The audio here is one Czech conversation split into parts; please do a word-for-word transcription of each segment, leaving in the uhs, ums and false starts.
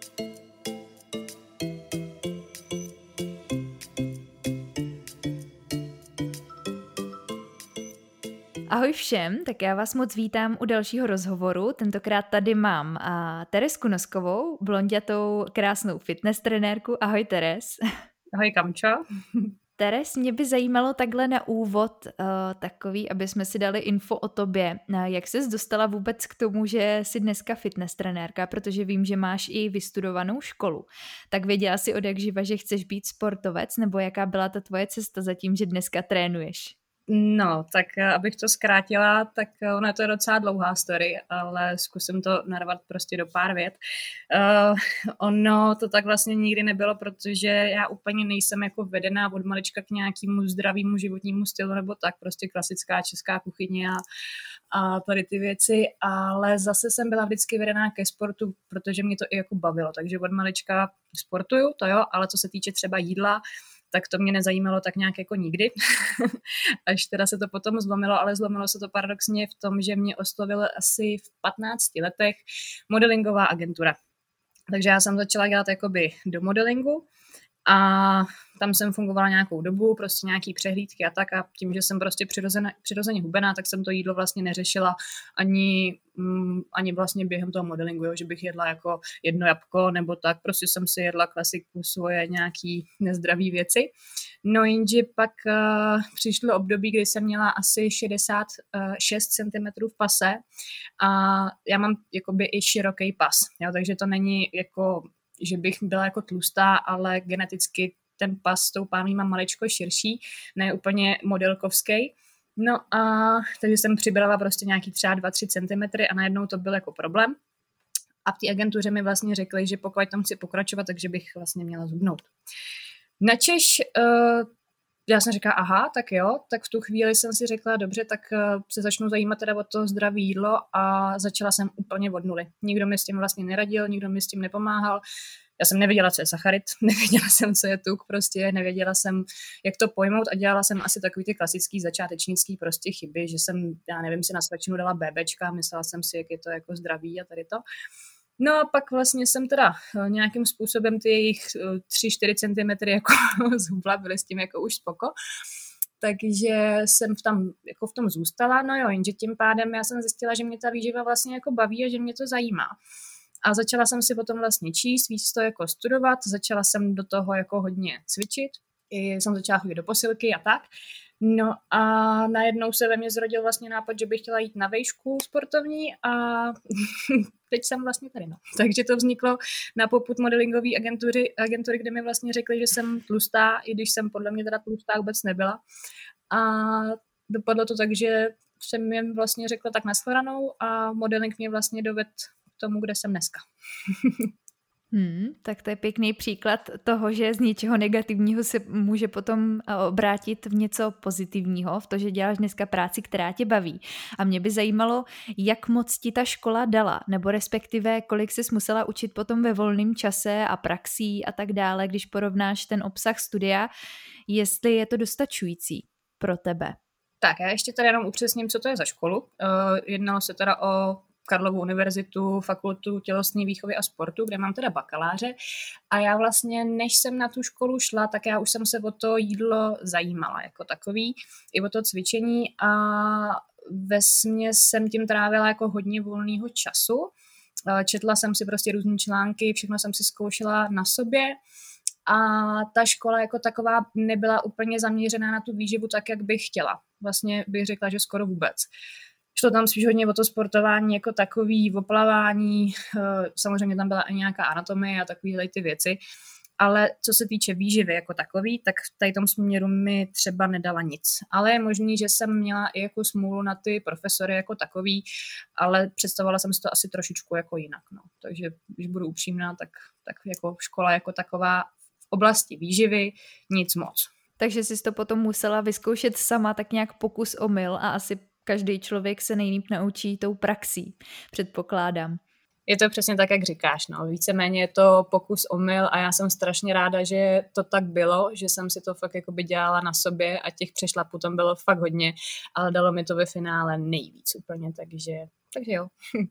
Ahoj všem, tak já vás moc vítám u dalšího rozhovoru. Tentokrát tady mám a, Teresku Noskovou, blonďatou, krásnou fitness trenérku. Ahoj Teres. Ahoj Kamčo. Teres, mě by zajímalo takhle na úvod uh, takový, aby jsme si dali info o tobě. Uh, jak ses dostala vůbec k tomu, že jsi dneska fitness trenérka, protože vím, že máš i vystudovanou školu. Tak věděla jsi od jak živa, že chceš být sportovec, nebo jaká byla ta tvoje cesta za tím, že dneska trénuješ? No, tak abych to zkrátila, tak ono to je docela dlouhá story, ale zkusím to narvat prostě do pár vět. Uh, ono to tak vlastně nikdy nebylo, protože já úplně nejsem jako vedená od malička k nějakému zdravému životnímu stylu nebo tak, prostě klasická česká kuchyně a, a tady ty věci, ale zase jsem byla vždycky vedená ke sportu, protože mě to i jako bavilo, takže od malička sportuju, to jo, ale co se týče třeba jídla, tak to mě nezajímalo tak nějak jako nikdy. Až teda se to potom zlomilo, ale zlomilo se to paradoxně v tom, že mě oslovila asi v patnácti letech modelingová agentura. Takže já jsem začala dělat jakoby do modelingu a tam jsem fungovala nějakou dobu, prostě nějaký přehlídky a tak a tím, že jsem prostě přirozeně, přirozeně hubená, tak jsem to jídlo vlastně neřešila ani, mm, ani vlastně během toho modelingu, jo, že bych jedla jako jedno jabko nebo tak, prostě jsem si jedla klasiku svoje nějaký nezdravý věci. No jenže pak uh, přišlo období, kdy jsem měla asi šedesát šest centimetrů v pase a já mám jakoby i široký pas, jo, takže to není jako že bych byla jako tlustá, ale geneticky ten pas s tou pánví mám maličko širší, ne úplně modelkovský. No a takže jsem přibrala prostě nějaký třeba dva tři centimetry a najednou to byl jako problém. A v té agentuře mi vlastně řekli, že pokud tam chci pokračovat, takže bych vlastně měla zhubnout. Načež uh, já jsem říkala, aha, tak jo, tak v tu chvíli jsem si řekla, dobře, tak uh, se začnu zajímat teda o to zdravé jídlo a začala jsem úplně od nuly. Nikdo mi s tím vlastně neradil, nikdo mi s tím nepomáhal. Já jsem nevěděla, co je sacharid, nevěděla jsem, co je tuk, prostě nevěděla jsem, jak to pojmout a dělala jsem asi takový ty klasický začátečnický prostě chyby, že jsem, já nevím, si na svačinu dala bébečka, myslela jsem si, jak je to jako zdraví a tady to. No a pak vlastně jsem teda nějakým způsobem ty jejich tři čtyři centimetry jako zhubla, byly s tím jako už spoko. Takže jsem v, tam, jako v tom zůstala, no jo, jenže tím pádem já jsem zjistila, že mě ta výživa vlastně jako baví a že mě to zajímá. A začala jsem si potom vlastně číst, víc to jako studovat, začala jsem do toho jako hodně cvičit, i jsem začala chodit do posilky a tak. No a najednou se ve mně zrodil vlastně nápad, že bych chtěla jít na vejšku sportovní a teď jsem vlastně tady, no. Takže to vzniklo na popud modelingové agentury, agentury, kde mi vlastně řekli, že jsem tlustá, i když jsem podle mě teda tlustá vůbec nebyla. A dopadlo to tak, že jsem jim vlastně řekla tak nashledanou a modeling mě vlastně dovedl tomu, kde jsem dneska. Hmm, tak to je pěkný příklad toho, že z něčeho negativního se může potom obrátit v něco pozitivního, v to, že děláš dneska práci, která tě baví. A mě by zajímalo, jak moc ti ta škola dala, nebo respektive kolik jsi musela učit potom ve volném čase a praxí a tak dále, když porovnáš ten obsah studia, jestli je to dostačující pro tebe. Tak, já ještě tady jenom upřesním, co to je za školu. Uh, jednalo se teda o Karlovu univerzitu, fakultu tělesné výchovy a sportu, kde mám teda bakaláře. A já vlastně, než jsem na tu školu šla, tak já už jsem se o to jídlo zajímala jako takový, i o to cvičení a vesměs jsem tím trávila jako hodně volného času. Četla jsem si prostě různý články, všechno jsem si zkoušela na sobě. A ta škola jako taková nebyla úplně zaměřená na tu výživu tak, jak bych chtěla. Vlastně bych řekla, že skoro vůbec. Šlo tam spíš hodně o to sportování jako takový, o plavání, samozřejmě tam byla i nějaká anatomie a takovýhle ty věci, ale co se týče výživy jako takový, tak v tady tom směru mi třeba nedala nic. Ale je možný, že jsem měla i jako smůlu na ty profesory jako takový, ale představovala jsem si to asi trošičku jako jinak. No. Takže když budu upřímná, tak, tak jako škola jako taková v oblasti výživy nic moc. Takže jsi to potom musela vyzkoušet sama, tak nějak pokus omyl a asi každý člověk se nejlíp naučí tou praxí, předpokládám. Je to přesně tak, jak říkáš. No. Víceméně je to pokus omyl a já jsem strašně ráda, že to tak bylo, že jsem si to fakt jakoby dělala na sobě a těch přešlapů tam bylo fakt hodně, ale dalo mi to ve finále nejvíc úplně, takže, takže jo.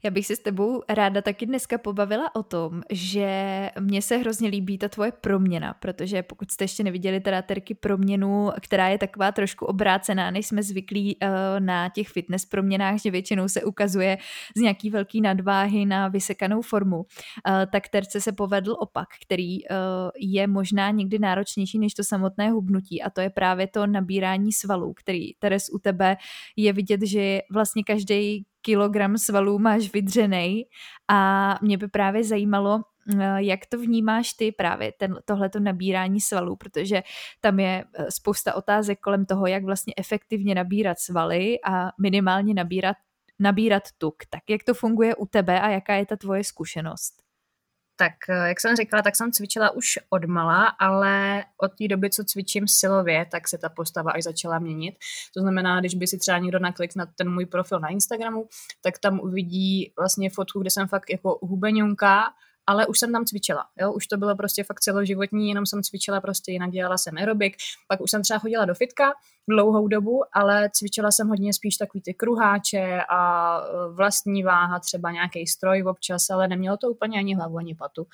Já bych si s tebou ráda taky dneska pobavila o tom, že mně se hrozně líbí ta tvoje proměna, protože pokud jste ještě neviděli teda Terky proměnu, která je taková trošku obrácená, než jsme zvyklí uh, na těch fitness proměnách, že většinou se ukazuje z nějaký velký nadváhy na vysekanou formu, uh, tak Terce se povedl opak, který uh, je možná někdy náročnější než to samotné hubnutí, a to je právě to nabírání svalů, který, Teres, u tebe je vidět, že vlastně každý kilogram svalů máš vydřenej, a mě by právě zajímalo, jak to vnímáš ty právě ten, tohleto nabírání svalů, protože tam je spousta otázek kolem toho, jak vlastně efektivně nabírat svaly a minimálně nabírat, nabírat tuk. Tak jak to funguje u tebe a jaká je ta tvoje zkušenost? Tak jak jsem říkala, tak jsem cvičila už odmala, ale od té doby, co cvičím silově, tak se ta postava až začala měnit. To znamená, když by si třeba někdo naklik na ten můj profil na Instagramu, tak tam uvidí vlastně fotku, kde jsem fakt jako hubeňonka, ale už jsem tam cvičila, jo? Už to bylo prostě fakt celoživotní, jenom jsem cvičila prostě jinak, dělala jsem aerobik, pak už jsem třeba chodila do fitka dlouhou dobu, ale cvičila jsem hodně spíš takový ty kruháče a vlastní váha, třeba nějaký stroj občas, ale nemělo to úplně ani hlavu, ani patu.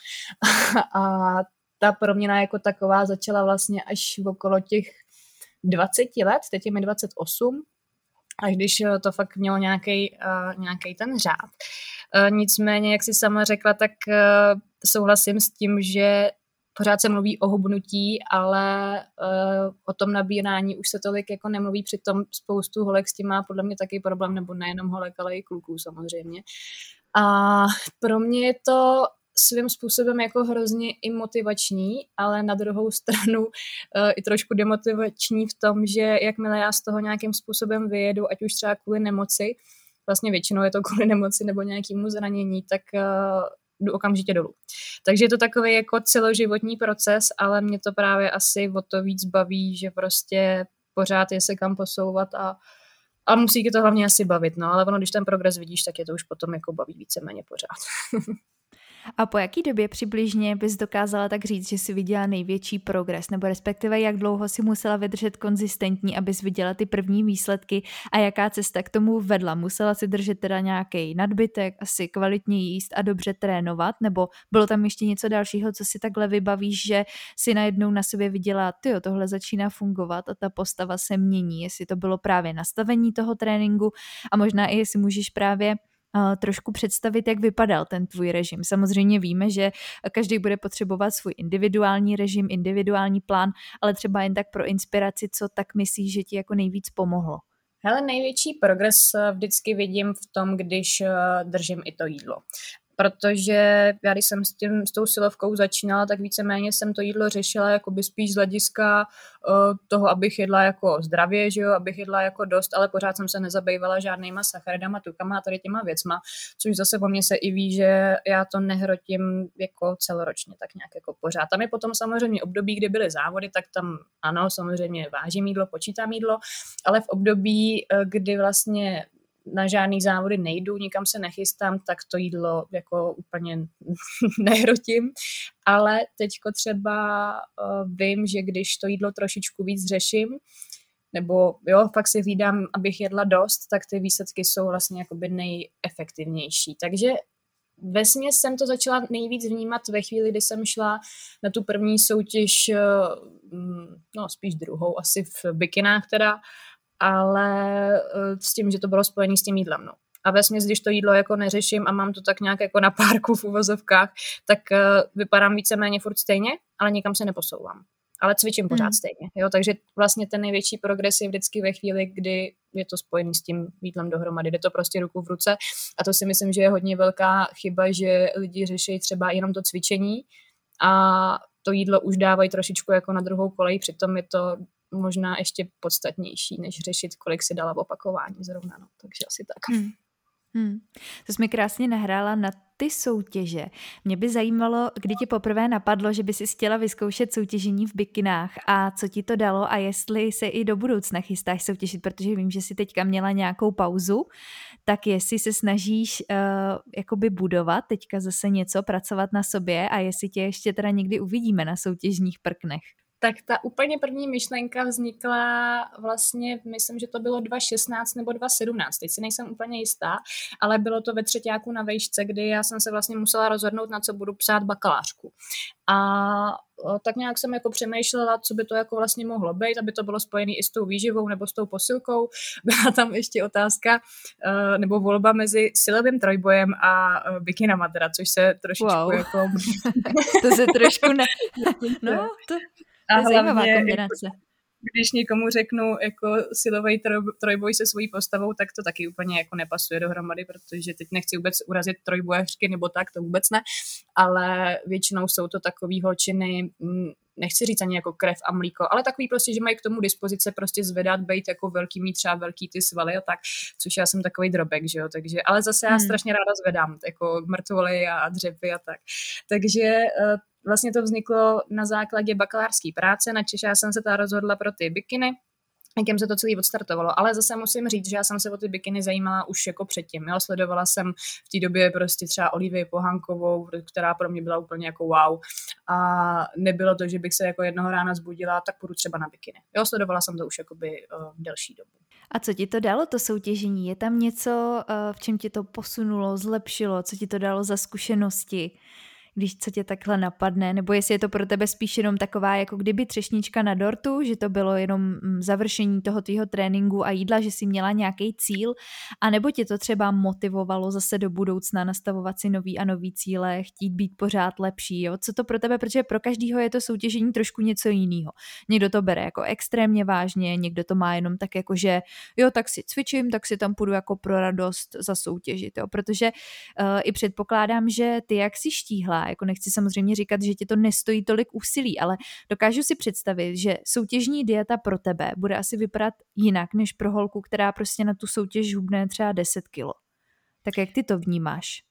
A ta proměna jako taková začala vlastně až okolo těch dvaceti let, teď je mi dvacet osm, až když to fakt mělo nějaký uh, nějaký ten řád. Uh, nicméně, jak jsi sama řekla, tak uh, souhlasím s tím, že pořád se mluví o hubnutí, ale uh, o tom nabírání už se tolik jako nemluví, přitom spoustu holek s tím má podle mě taky problém, nebo nejenom holek, ale i kluků samozřejmě. A pro mě je to svým způsobem jako hrozně i motivační, ale na druhou stranu uh, i trošku demotivační v tom, že jakmile já z toho nějakým způsobem vyjedu, ať už třeba kvůli nemoci, vlastně většinou je to kvůli nemoci nebo nějakému zranění, tak uh, jdu okamžitě dolů. Takže je to takový jako celoživotní proces, ale mě to právě asi o to víc baví, že prostě pořád je se kam posouvat a a musí tě to hlavně asi bavit, no, ale ono, když ten progres vidíš, tak je to už potom jako baví víceméně pořád. A po jaký době přibližně bys dokázala tak říct, že jsi viděla největší progres, nebo respektive jak dlouho si musela vydržet konzistentní, abys viděla ty první výsledky, a jaká cesta k tomu vedla? Musela si držet teda nějaký nadbytek, asi kvalitně jíst a dobře trénovat, nebo bylo tam ještě něco dalšího, co si takhle vybavíš, že si najednou na sobě viděla, tyjo, tohle začíná fungovat a ta postava se mění, jestli to bylo právě nastavení toho tréninku a možná i jestli můžeš právě Uh, trošku představit, jak vypadal ten tvůj režim. Samozřejmě víme, že každý bude potřebovat svůj individuální režim, individuální plán, ale třeba jen tak pro inspiraci, co tak myslíš, že ti jako nejvíc pomohlo? Hele, největší progres vždycky vidím v tom, když držím i to jídlo. Protože já, když jsem s, tím, s tou silovkou začínala, tak víceméně jsem to jídlo řešila jakoby spíš z hlediska uh, toho, abych jedla jako zdravě, že jo, abych jedla jako dost, ale pořád jsem se nezabývala žádnýma sacharidama, tukama a tady těma věcma, což zase po mně se i ví, že já to nehrotím jako celoročně, tak nějak jako pořád. Tam je potom samozřejmě období, kdy byly závody, tak tam ano, samozřejmě vážím jídlo, počítám jídlo, ale v období, kdy vlastně na žádný závody nejdu, nikam se nechystám, tak to jídlo jako úplně nehrotím, ale teďko třeba uh, vím, že když to jídlo trošičku víc řeším, nebo jo, fakt si hlídám, abych jedla dost, tak ty výsledky jsou vlastně jakoby nejefektivnější. Takže vesměs jsem to začala nejvíc vnímat ve chvíli, kdy jsem šla na tu první soutěž, no spíš druhou, asi v bikinách teda, ale s tím, že to bylo spojené s tím jídlem. No. A vesměs, když to jídlo jako neřeším a mám to tak nějak jako na párku v uvozovkách, tak vypadám víceméně furt stejně, ale nikam se neposouvám. Ale cvičím pořád hmm. stejně. Jo? Takže vlastně ten největší progres je vždycky ve chvíli, kdy je to spojený s tím jídlem dohromady. Jde to prostě ruku v ruce a to si myslím, že je hodně velká chyba, že lidi řeší třeba jenom to cvičení a to jídlo už dávají trošičku jako na druhou kolej, přitom je to možná ještě podstatnější, než řešit, kolik si dala v opakování zrovna. No. Takže asi tak. Hmm. Hmm. To jsi mi krásně nahrála na ty soutěže. Mě by zajímalo, kdy ti poprvé napadlo, že by si chtěla vyzkoušet soutěžení v bikinách a co ti to dalo a jestli se i do budoucna chystáš soutěžit, protože vím, že jsi teďka měla nějakou pauzu, tak jestli se snažíš uh, jakoby budovat teďka zase něco, pracovat na sobě a jestli tě ještě teda někdy uvidíme na soutěžních prknech. Tak ta úplně první myšlenka vznikla vlastně, myslím, že to bylo dva tisíce šestnáct nebo dva tisíce sedmnáct, teď si nejsem úplně jistá, ale bylo to ve třetíku na vejšce, kdy já jsem se vlastně musela rozhodnout, na co budu psát bakalářku. A tak nějak jsem jako přemýšlela, co by to jako vlastně mohlo být, aby to bylo spojené i s tou výživou nebo s tou posilkou. Byla tam ještě otázka nebo volba mezi silovým trojbojem a bikinama, teda, což se trošičku wow. jako... to se trošku ne... no, to, to je zajímavá kombinace. Jako, když někomu řeknu jako silový trojboj se svojí postavou, tak to taky úplně jako nepasuje dohromady, protože teď nechci vůbec urazit trojbojařky nebo tak, to vůbec ne, ale většinou jsou to takový holčiny, nechci říct ani jako krev a mlíko, ale takový prostě, že mají k tomu dispozice prostě zvedat, být jako velký, mít třeba velký ty svaly a tak, což já jsem takový drobek, že jo, takže, ale zase já hmm. strašně ráda zvedám, jako mrtvoly a dřepy a tak. Takže vlastně to vzniklo na základě bakalářské práce, načež já jsem se ta rozhodla pro ty bikiny, jakým se to celý odstartovalo. Ale zase musím říct, že já jsem se o ty bikiny zajímala už jako předtím. Jo? Sledovala jsem v té době prostě třeba Olivii Pohankovou, která pro mě byla úplně jako wow. A nebylo to, že bych se jako jednoho rána zbudila, tak půjdu třeba na bikiny. Jo, sledovala jsem to už jakoby uh, delší dobu. A co ti to dalo, to soutěžení? Je tam něco, uh, v čem tě to posunulo, zlepšilo? Co ti to dalo za zkušenosti? Když co tě takhle napadne, nebo jestli je to pro tebe spíš jenom taková jako kdyby třešnička na dortu, že to bylo jenom završení toho tvýho tréninku a jídla, že jsi měla nějaký cíl, a nebo tě to třeba motivovalo zase do budoucna nastavovat si nový a nový cíle, chtít být pořád lepší, jo? Co to pro tebe, protože pro každýho je to soutěžení trošku něco jiného. Někdo to bere jako extrémně vážně, někdo to má jenom tak jako, že jo, tak si cvičím, tak si tam půjdu jako pro radost zasoutěžit, jo? Protože uh, i předpokládám, že ty jak jsi štíhla, jako nechci samozřejmě říkat, že ti to nestojí tolik úsilí, ale dokážu si představit, že soutěžní dieta pro tebe bude asi vypadat jinak, než pro holku, která prostě na tu soutěž hubne třeba deset kilo. Tak jak ty to vnímáš?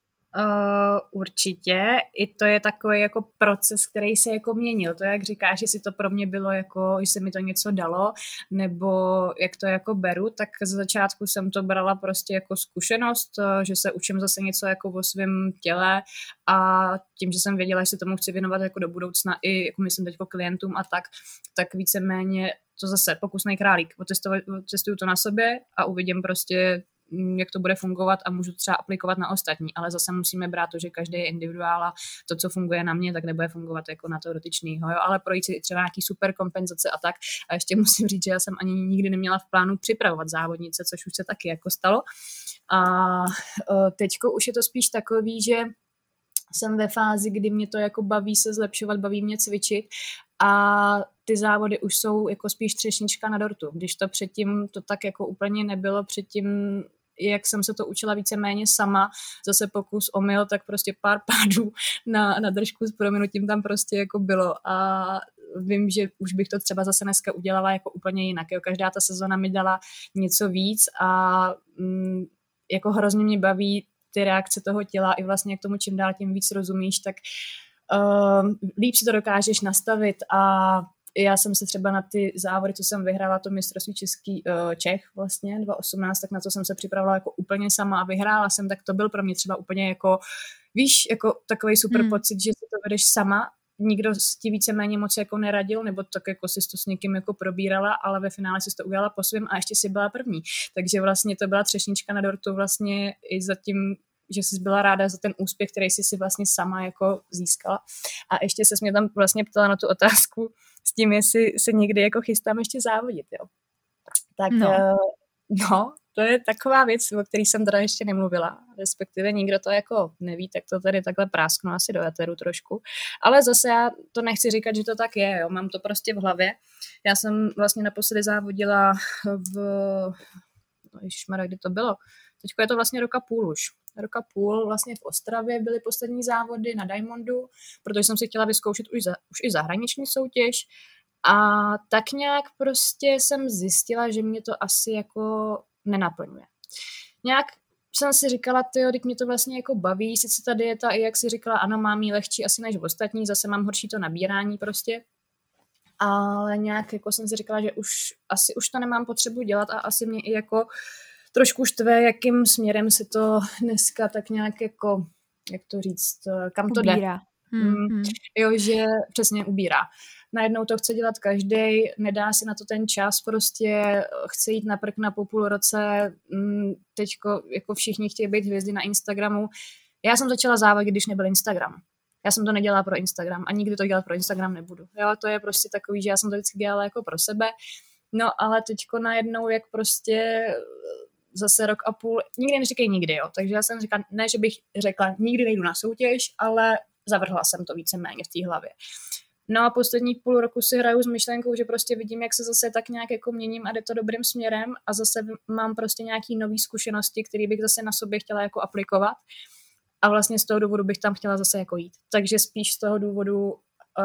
Uh, určitě. I to je takový jako proces, který se jako měnil. To, jak říkáš, jestli to pro mě bylo jako, že se mi to něco dalo, nebo jak to jako beru, tak z začátku jsem to brala prostě jako zkušenost, že se učím zase něco jako o svém těle a tím, že jsem věděla, že se tomu chci věnovat jako do budoucna i, jako myslím teďko klientům a tak, tak víceméně to zase pokusnej králík. Otestuju to na sobě a uvidím prostě, jak to bude fungovat a můžu třeba aplikovat na ostatní, ale zase musíme brát to, že každý je individuál a to, co funguje na mě, tak nebude fungovat jako na toho dotyčného, jo? Ale projít si třeba nějaký super kompenzace a tak. A ještě musím říct, že já jsem ani nikdy neměla v plánu připravovat závodnice, což už se taky jako stalo. A teďko už je to spíš takový, že jsem ve fázi, kdy mě to jako baví se zlepšovat, baví mě cvičit a ty závody už jsou jako spíš třešnička na dortu. Když to předtím to tak jako úplně nebylo, předtím jak jsem se to učila víceméně sama, zase pokus omyl, tak prostě pár pádů na, na držku s prominutím tam prostě jako bylo a vím, že už bych to třeba zase dneska udělala jako úplně jinak. Jo. Každá ta sezona mi dala něco víc a mm, jako hrozně mě baví ty reakce toho těla i vlastně k tomu čím dál tím víc rozumíš, tak uh, líp si to dokážeš nastavit a já jsem se třeba na ty závody, co jsem vyhrála, to mistrovství český uh, Čech vlastně dva tisíce osmnáct, tak na to jsem se připravila jako úplně sama a vyhrála jsem, tak to byl pro mě třeba úplně jako, víš, jako takový super hmm. pocit, že si to vedeš sama, nikdo ti víceméně moc jako neradil, nebo tak jako si to s někým jako probírala, ale ve finále si to udělala po svém a ještě si byla první. Takže vlastně to byla třešnička na dortu vlastně i za tím, že jsi byla ráda za ten úspěch, který jsi si vlastně sama jako získala. A ještě se mě tam vlastně ptala na tu otázku s tím, jestli se někdy jako chystám ještě závodit, jo. Tak no, uh, no to je taková věc, o které jsem teda ještě nemluvila, respektive nikdo to jako neví, tak to tady takhle prásknu asi do éteru trošku. Ale zase já to nechci říkat, že to tak je, jo, mám to prostě v hlavě. Já jsem vlastně naposledy závodila v, no ježišmarja, kdy to bylo? Teďko je to vlastně roka půl už. Roka půl vlastně v Ostravě byly poslední závody na Diamondu, protože jsem si chtěla vyzkoušet už, za, už i zahraniční soutěž a tak nějak prostě jsem zjistila, že mě to asi jako nenaplňuje. Nějak jsem si říkala, tyjo, teď mě to vlastně jako baví, sice ta dieta, i jak si říkala, ano, mám jí lehčí asi než ostatní, zase mám horší to nabírání prostě, ale nějak jako jsem si říkala, že už asi už to nemám potřebu dělat a asi mě i jako trošku štve, jakým směrem se to dneska tak nějak jako, jak to říct, kam to ubírá. jde. Hmm, Mm, hmm. jo, že přesně ubírá. Najednou to chce dělat každej, nedá si na to ten čas, prostě chce jít na prkna po půl roce, mm, teďko jako všichni chtějí být hvězdy na Instagramu. Já jsem začala závodit, když nebyl Instagram. Já jsem to nedělala pro Instagram a nikdy to dělat pro Instagram nebudu. Jo, to je prostě takový, že já jsem to vždycky dělala jako pro sebe. No ale teďko najednou, jak prostě zase rok a půl, nikdy neříkej nikdy, jo. Takže já jsem říkala, ne, že bych řekla, nikdy nejdu na soutěž, ale zavrhla jsem to víceméně v té hlavě. No a poslední půl roku si hraju s myšlenkou, že prostě vidím, jak se zase tak nějak jako měním a jde to dobrým směrem a zase mám prostě nějaký nový zkušenosti, které bych zase na sobě chtěla jako aplikovat a vlastně z toho důvodu bych tam chtěla zase jako jít. Takže spíš z toho důvodu uh,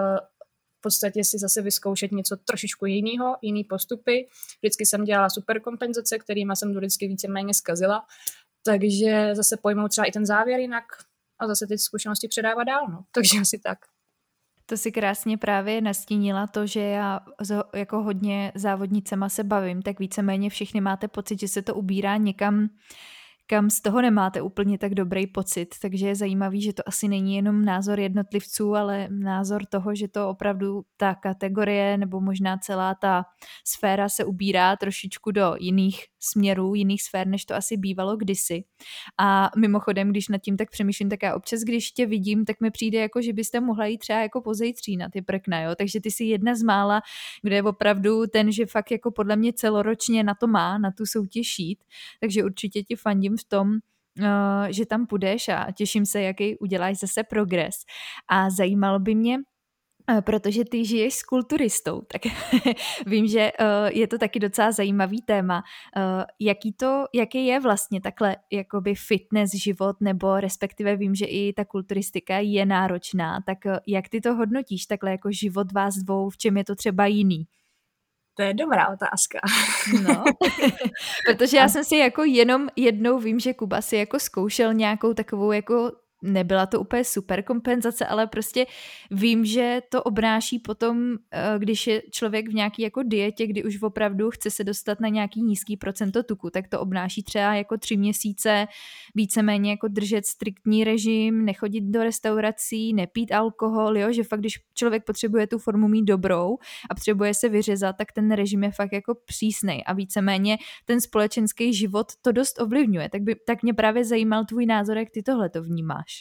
v podstatě si zase vyzkoušet něco trošičku jiného, jiný postupy. Vždycky jsem dělala super kompenzace, kterýma jsem to vždycky víceméně zkazila, takže zase pojmout třeba i ten závěr jinak a zase ty zkušenosti předávat dál, no. Takže asi tak. To si krásně právě nastínila to, že já jako hodně závodnicema se bavím, tak víceméně všichni máte pocit, že se to ubírá někam, kam z toho nemáte úplně tak dobrý pocit, takže je zajímavý, že to asi není jenom názor jednotlivců, ale názor toho, že to opravdu ta kategorie nebo možná celá ta sféra se ubírá trošičku do jiných směrů, jiných sfér, než to asi bývalo kdysi. A mimochodem, když nad tím tak přemýšlím, tak já občas, když tě vidím, tak mi přijde jako, že byste mohla jít třeba jako pozejtří na ty prkna, jo? Takže ty jsi jedna z mála, kde je opravdu ten, že fakt jako podle mě celoročně na to má, na tu soutěž jít, takže určitě ti fandím v tom, že tam půjdeš a těším se, jaký uděláš zase progres. A zajímalo by mě, protože ty žiješ s kulturistou, tak vím, že je to taky docela zajímavý téma. Jaký to, jaký je vlastně takhle jakoby fitness život, nebo respektive vím, že i ta kulturistika je náročná, tak jak ty to hodnotíš takhle jako život vás dvou, v čem je to třeba jiný? To je dobrá otázka. No, protože já jsem si jako jenom jednou, vím, že Kuba si jako zkoušel nějakou takovou jako, nebyla to úplně super kompenzace, ale prostě vím, že to obnáší potom, když je člověk v nějaký jako dietě, kdy už opravdu chce se dostat na nějaký nízký procento tuku, tak to obnáší třeba jako tři měsíce víceméně jako držet striktní režim, nechodit do restaurací, nepít alkohol, jo, že fakt, když člověk potřebuje tu formu mít dobrou a potřebuje se vyřezat, tak ten režim je fakt jako přísnej a víceméně ten společenský život to dost ovlivňuje. Tak, by, tak mě právě zajímal tvůj názor, jak ty tohle to vnímáš.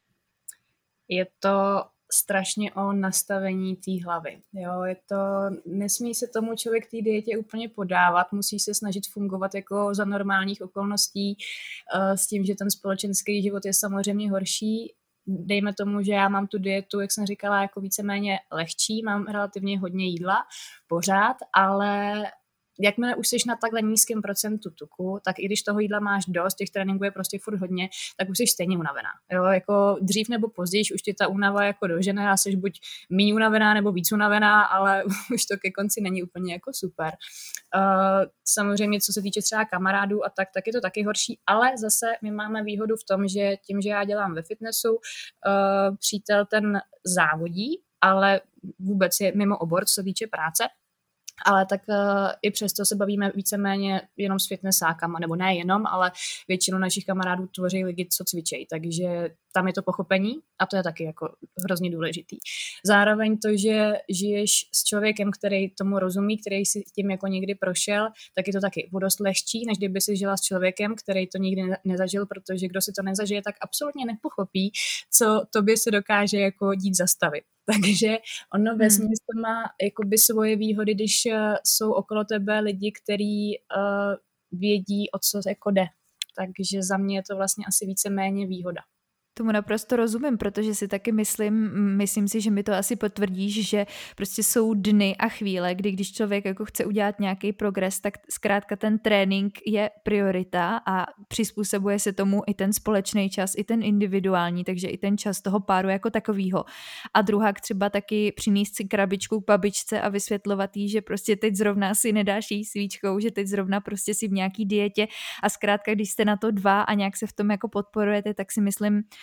Je to strašně o nastavení té hlavy. Jo, je to, nesmí se tomu člověk té dietě úplně podávat, musí se snažit fungovat jako za normálních okolností, uh, s tím, že ten společenský život je samozřejmě horší. Dejme tomu, že já mám tu dietu, jak jsem říkala, jako víceméně lehčí, mám relativně hodně jídla pořád, ale jakmile už jsi na takhle nízkém procentu tuku, tak i když toho jídla máš dost, těch tréninků je prostě furt hodně, tak už jsi stejně unavená. Jo, jako dřív nebo později už ti ta únava jako dožene a jsi buď méně unavená nebo víc unavená, ale už to ke konci není úplně jako super. Uh, samozřejmě, co se týče třeba kamarádů a tak, tak je to taky horší, ale zase my máme výhodu v tom, že tím, že já dělám ve fitnessu, uh, přítel ten závodí, ale vůbec je mimo obor, co se týče práce, ale tak uh, i přesto se bavíme víceméně jenom s fitnessákama, nebo ne jenom, ale většinu našich kamarádů tvoří lidi, co cvičejí, takže tam je to pochopení a to je taky jako hrozně důležitý. Zároveň to, že žiješ s člověkem, který tomu rozumí, který si tím jako někdy prošel, tak je to taky dost lehčí, než kdyby si žila s člověkem, který to nikdy nezažil, protože kdo si to nezažije, tak absolutně nepochopí, co tobě se dokáže jako dít zastavit. Takže ono ve smyslu má jakoby svoje výhody, když uh, jsou okolo tebe lidi, kteří uh, vědí, o co jako jde. Takže za mě je to vlastně asi víceméně výhoda. Tomu naprosto rozumím, protože si taky myslím, myslím si, že mi to asi potvrdíš, že prostě jsou dny a chvíle, kdy když člověk jako chce udělat nějaký progres, tak zkrátka ten trénink je priorita a přizpůsobuje se tomu i ten společný čas, i ten individuální, takže i ten čas toho páru jako takovýho. A druhá třeba taky přinést si krabičku k babičce a vysvětlovat jí, že prostě teď zrovna si nedáš jí svíčkou, že teď zrovna prostě si v nějaký dietě a zkrátka, když jste na to dva a nějak se v tom jako podporujete, tak si myslím,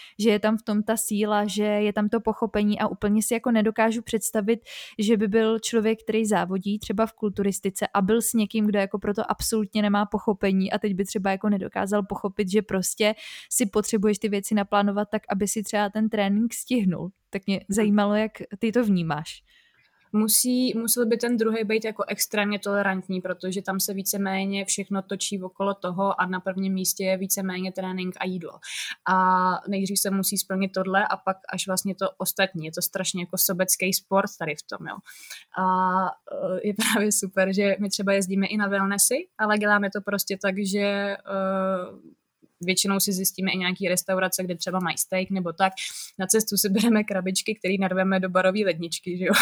že je tam v tom ta síla, že je tam to pochopení a úplně si jako nedokážu představit, že by byl člověk, který závodí třeba v kulturistice a byl s někým, kdo jako proto absolutně nemá pochopení a teď by třeba jako nedokázal pochopit, že prostě si potřebuješ ty věci naplánovat tak, aby si třeba ten trénink stihnul. Tak mě zajímalo, jak ty to vnímáš. Musí, musel by ten druhý být jako extrémně tolerantní, protože tam se víceméně všechno točí okolo toho a na prvním místě je víceméně trénink a jídlo. A nejdřív se musí splnit tohle a pak až vlastně to ostatní. Je to strašně jako sobecký sport tady v tom, jo. A je právě super, že my třeba jezdíme i na wellnessy, ale děláme to prostě tak, že uh, většinou si zjistíme i nějaký restaurace, kde třeba mají steak nebo tak. Na cestu si bereme krabičky, které narveme do barové ledničky, že jo.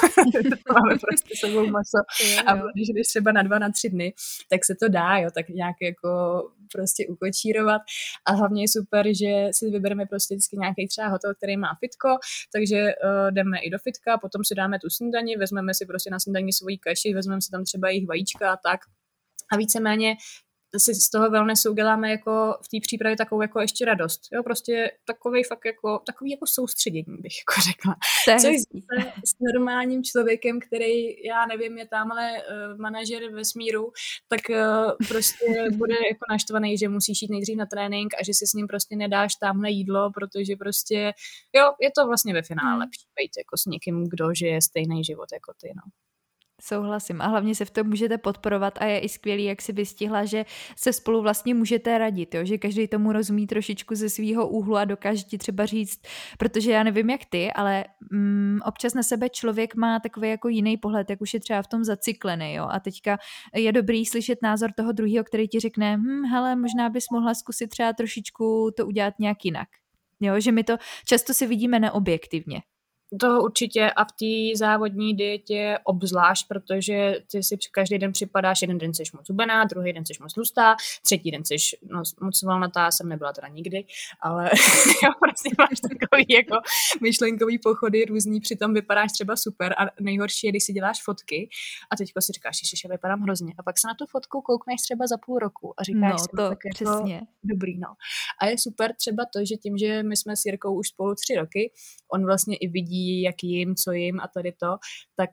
Máme prostě sebou maso. A když jdeš třeba na dva, na tři dny, tak se to dá, jo, tak nějak jako prostě ukočírovat. A hlavně je super, že si vybereme prostě vždycky nějaký třeba hotel, který má fitko, takže uh, jdeme i do fitka, potom si dáme tu snídani, vezmeme si prostě na snídani svoji kaši, vezmeme si tam třeba jejich vajíčka a tak. A víceméně si z toho wellnessu uděláme jako v té přípravě takovou jako ještě radost. Jo, prostě takový fakt jako, takový jako soustředění, bych jako řekla. Což s normálním člověkem, který, já nevím, je tamhle uh, manažer vesmíru, tak uh, prostě bude jako naštvaný, že musíš jít nejdřív na trénink a že si s ním prostě nedáš tamhle jídlo, protože prostě, jo, je to vlastně ve finále hmm. lepší být jako s někým, kdo žije stejný život jako ty, no. Souhlasím a hlavně se v tom můžete podporovat a je i skvělý, jak si vystihla, že se spolu vlastně můžete radit, jo? Že každý tomu rozumí trošičku ze svýho úhlu a dokáže ti třeba říct, protože já nevím jak ty, ale mm, občas na sebe člověk má takový jako jiný pohled, jak už je třeba v tom zacyklený, jo? A teďka je dobrý slyšet názor toho druhého, který ti řekne, hm, hele, možná bys mohla zkusit třeba trošičku to udělat nějak jinak, jo? Že my to často si vidíme neobjektivně. To určitě a v té závodní dietě obzvlášť, protože ty si každý den připadáš, jeden den jsi moc hubená, druhý den jsi moc tlustá, třetí den jsi no, moc valnatá, jsem nebyla teda nikdy, ale jo, prostě máš takový jako myšlenkový pochody různý, přitom vypadáš třeba super a nejhorší je, když si děláš fotky a teďko si říkáš, že vypadám hrozně a pak se na tu fotku koukneš třeba za půl roku a říkáš no, si, to tak přesně. Jako dobrý, no. A je super třeba to, že tím, že my jsme s Jirkou už spolu tři roky, on vlastně i vidí, jak jim, co jim a tady to, tak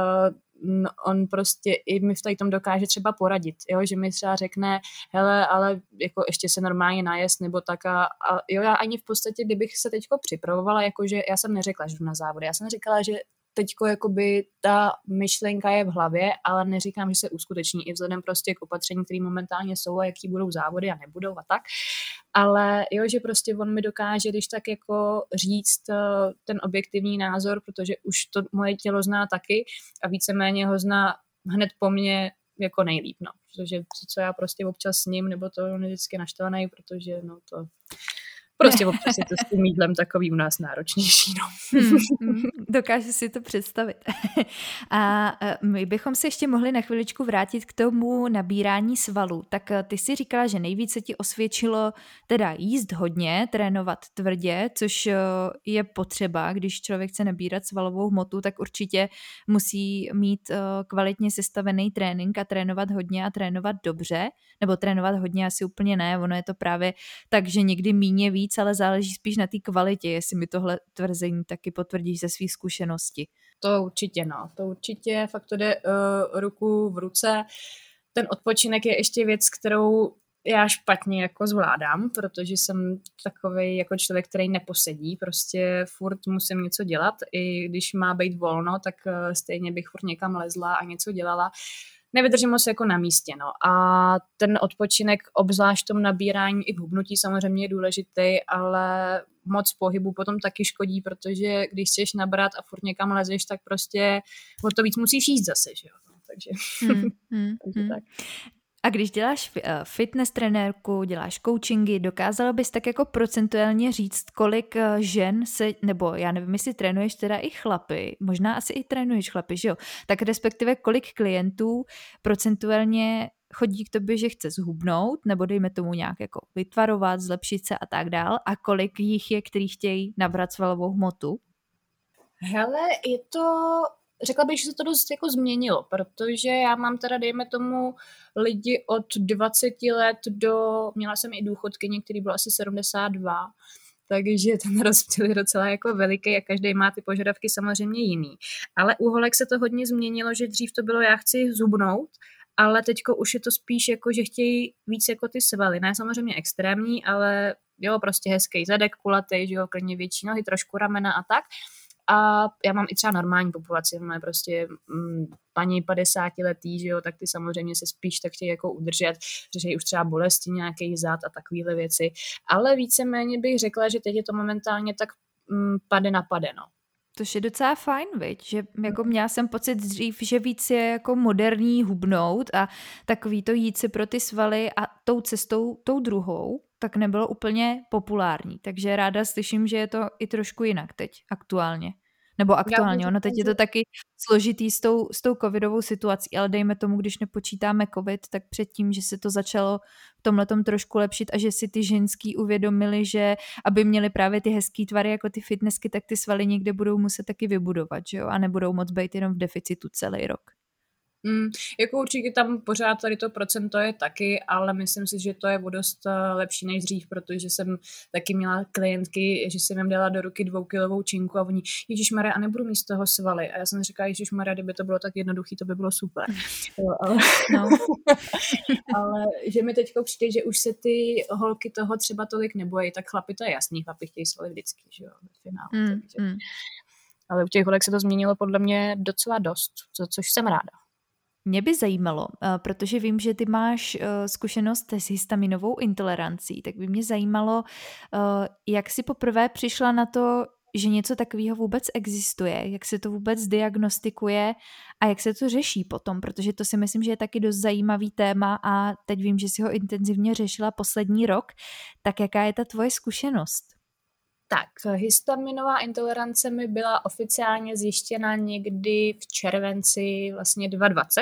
uh, on prostě i mi v tady tom dokáže třeba poradit, jo? Že mi třeba řekne, hele, ale jako ještě se normálně najest nebo tak a, a jo, já ani v podstatě, kdybych se teďko připravovala, jakože já jsem neřekla, že jdu na závody, já jsem říkala, že teďko jakoby ta myšlenka je v hlavě, ale neříkám, že se uskuteční i vzhledem prostě k opatření, které momentálně jsou a jaký budou závody a nebudou a tak. Ale jo, že prostě on mi dokáže, když tak jako říct ten objektivní názor, protože už to moje tělo zná taky a víceméně ho zná hned po mně jako nejlíp, no. Protože co já prostě občas s ním, nebo to on je vždycky naštvaný, protože no to... Prostě občas je to s tím jídlem takový u nás náročnější. No. Hmm, hmm, dokážu si to představit. A my bychom se ještě mohli na chviličku vrátit k tomu nabírání svalů. Tak ty si říkala, že nejvíce ti osvědčilo teda jíst hodně, trénovat tvrdě, což je potřeba, když člověk chce nabírat svalovou hmotu, tak určitě musí mít kvalitně sestavený trénink a trénovat hodně a trénovat dobře, nebo trénovat hodně asi úplně ne, ono je to právě tak, že někdy míně víc, ale záleží spíš na té kvalitě, jestli mi tohle tvrzení taky potvrdíš ze svých zkušeností. To určitě, no. To určitě fakt to jde uh, ruku v ruce. Ten odpočinek je ještě věc, kterou já špatně jako zvládám, protože jsem takovej jako člověk, který neposedí, prostě furt musím něco dělat, i když má být volno, tak uh, stejně bych furt někam lezla a něco dělala. Nevydržím moc jako na místě, no. A ten odpočinek, obzvlášť v tom nabírání i v hubnutí samozřejmě je důležitý, ale moc pohybu potom taky škodí, protože když chceš nabrat a furt někam lezeš, tak prostě o to víc musíš jíst zase, že jo. Takže, hmm, hmm, takže hmm. tak. A když děláš fitness trenérku, děláš coachingy, dokázala bys tak jako procentuálně říct, kolik žen se, nebo já nevím, jestli trénuješ teda i chlapy, možná asi i trénuješ chlapy, že jo? Tak respektive kolik klientů procentuálně chodí k tobě, že chce zhubnout, nebo dejme tomu nějak jako vytvarovat, zlepšit se a tak dál, a kolik jich je, kteří chtějí nabrat svalovou hmotu? Hele, je to... Řekla bych, že se to dost jako změnilo, protože já mám teda, dejme tomu, lidi od dvaceti let do, měla jsem i důchodkyně, který byl asi sedmdesát dva, takže ten rozptyl je docela jako veliký a každý má ty požadavky samozřejmě jiný. Ale u holek se to hodně změnilo, že dřív to bylo já chci zhubnout, ale teďko už je to spíš jako, že chtějí víc jako ty svaly. Ne samozřejmě extrémní, ale jo, prostě hezký zadek, kulatý, že jo, klidně větší nohy, trošku ramena a tak. A já mám i třeba normální populaci, máme prostě mm, paní padesátiletý, že jo, tak ty samozřejmě se spíš tak chtějí jako udržet, řeší už třeba bolesti, nějaký zad a takovéhle věci. Ale víceméně bych řekla, že teď je to momentálně tak mm, pade na pade, no. To je docela fajn, viď? Že jako měla jsem pocit dřív, že víc je jako moderní hubnout a takový to jít si pro ty svaly a tou cestou, tou druhou, tak nebylo úplně populární. Takže ráda slyším, že je to i trošku jinak teď, aktuálně. Nebo aktuálně, ono teď je to taky složitý s tou, s tou covidovou situací, ale dejme tomu, když nepočítáme covid, tak předtím, že se to začalo v tomhletom trošku lepšit a že si ty ženský uvědomili, že aby měli právě ty hezký tvary jako ty fitnessky, tak ty svaly někde budou muset taky vybudovat, že jo? A nebudou moc být jenom v deficitu celý rok. Mm, jako určitě tam pořád tady to procento je taky, ale myslím si, že to je o dost lepší než dřív, protože jsem taky měla klientky, že jsem jim dala do ruky dvoukilovou činku a oni, ježišmarja, a nebudu mít z toho svaly. A já jsem říkala, ježišmarja, kdyby to bylo tak jednoduchý, to by bylo super. Jo, ale, no. Ale že mi teďko přijde, že už se ty holky toho třeba tolik nebojí, tak chlapi to je jasný, chlapi chtějí svaly vždycky, že jo, v finále. Mm, takže. mm. Ale u těch holek se to změnilo podle mě docela dost, co, což jsem ráda. Mě by zajímalo, protože vím, že ty máš zkušenost s histaminovou intolerancí, tak by mě zajímalo, jak jsi poprvé přišla na to, že něco takového vůbec existuje, jak se to vůbec diagnostikuje a jak se to řeší potom, protože to si myslím, že je taky dost zajímavý téma a teď vím, že jsi ho intenzivně řešila poslední rok, tak jaká je ta tvoje zkušenost? Tak, histaminová intolerance mi byla oficiálně zjištěna někdy v červenci vlastně dvacet dvacet,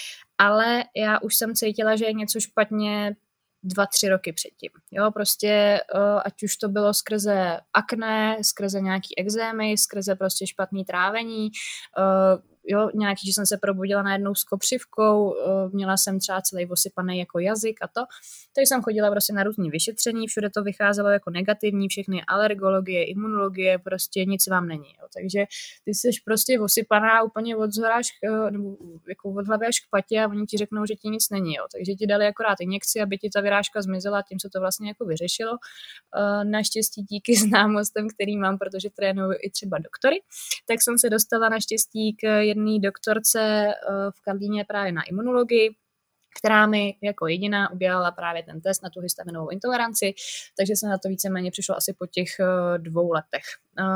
ale já už jsem cítila, že je něco špatně dva, tři roky předtím. Jo, prostě ať už to bylo skrze akné, skrze nějaký exémy, skrze prostě špatný trávení, jo, nějaký, že jsem se probudila najednou s kopřivkou, měla jsem třeba celý osypaný jako jazyk a to. Takže jsem chodila prostě na různý vyšetření, všude to vycházelo jako negativní, všechny alergologie, imunologie, prostě nic vám není. Jo. Takže ty jsi prostě osypaná úplně od zhora až, nebo jako od hlavy až k patě a oni ti řeknou, že ti nic není. Jo. Takže ti dali akorát injekci, aby ti ta vyrážka zmizela, tím se to vlastně jako vyřešilo. Naštěstí díky známostem, který mám, protože trénuju i třeba doktory, tak jsem se dostala naštěstí k jedné doktorce v Karlíně právě na imunologii, která mi jako jediná udělala právě ten test na tu histaminovou intoleranci, takže jsem na to víceméně přišlo asi po těch dvou letech.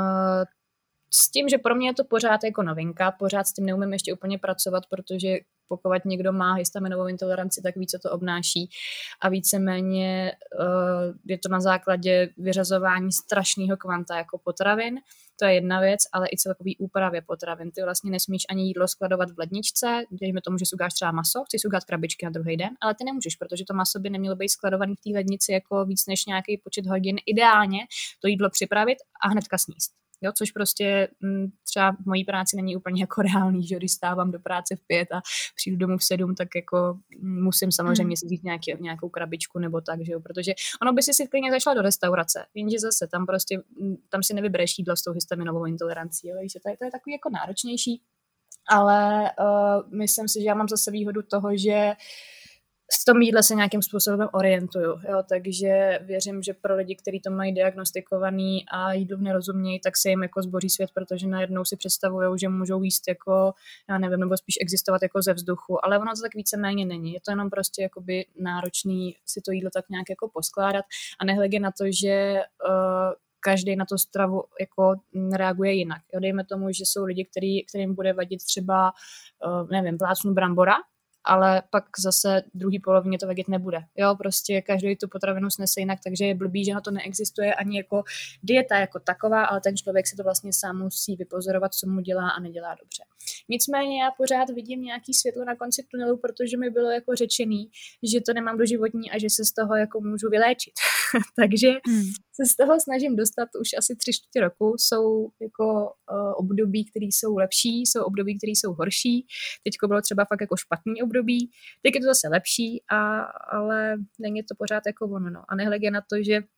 S tím, že pro mě je to pořád jako novinka, pořád s tím neumím ještě úplně pracovat, protože pokud někdo má histaminovou intoleranci, tak ví, co to obnáší a víceméně uh, je to na základě vyřazování strašného kvanta jako potravin. To je jedna věc, ale i celkový úpravě potravin. Ty vlastně nesmíš ani jídlo skladovat v ledničce, dejme tomu, že sugáš třeba maso, chceš sugat krabičky na druhý den, ale ty nemůžeš, protože to maso by nemělo být skladované v té lednici jako víc než nějaký počet hodin. Ideálně to jídlo připravit a hnedka sníst. Jo, což prostě m, třeba v mojí práci není úplně jako reálný, že když stávám do práce v pět a přijdu domů v sedm, tak jako musím samozřejmě si vzít nějaký, nějakou krabičku nebo tak, že jo, protože ono by si si klidně začala do restaurace, jenže zase tam prostě, tam si nevybereš jídlo s tou histaminovou intolerancí, jo, takže to je, to je takový jako náročnější, ale uh, myslím si, že já mám zase výhodu toho, že s tom jídle se nějakým způsobem orientuju, jo, takže věřím, že pro lidi, kteří to mají diagnostikovaný a jídlu nerozumějí, tak se jim jako zboří svět, protože najednou si představují, že můžou jíst jako, já nevím, nebo spíš existovat jako ze vzduchu, ale ono to tak víceméně není, je to jenom prostě jakoby náročný si to jídlo tak nějak jako poskládat a nehledě na to, že uh, každý na to stravu jako reaguje jinak. Jo, dejme tomu, že jsou lidi, který, kterým bude vadit třeba, uh, nevím, plácnu brambora, ale pak zase druhý polovině to vadit nebude. Jo, prostě každý tu potravinu snese jinak, takže je blbý, že na to neexistuje ani jako dieta jako taková, ale ten člověk si to vlastně sám musí vypozorovat, co mu dělá a nedělá dobře. Nicméně já pořád vidím nějaký světlo na konci tunelu, protože mi bylo jako řečený, že to nemám doživotní a že se z toho jako můžu vyléčit. Takže hmm. se z toho snažím dostat už asi tři čtvrtě roku. Jsou jako uh, období, které jsou lepší, jsou období, které jsou horší. Teďko bylo třeba fakt jako špatný období, teď je to zase lepší, a, ale není to pořád jako ono. No. A nehledě na to, že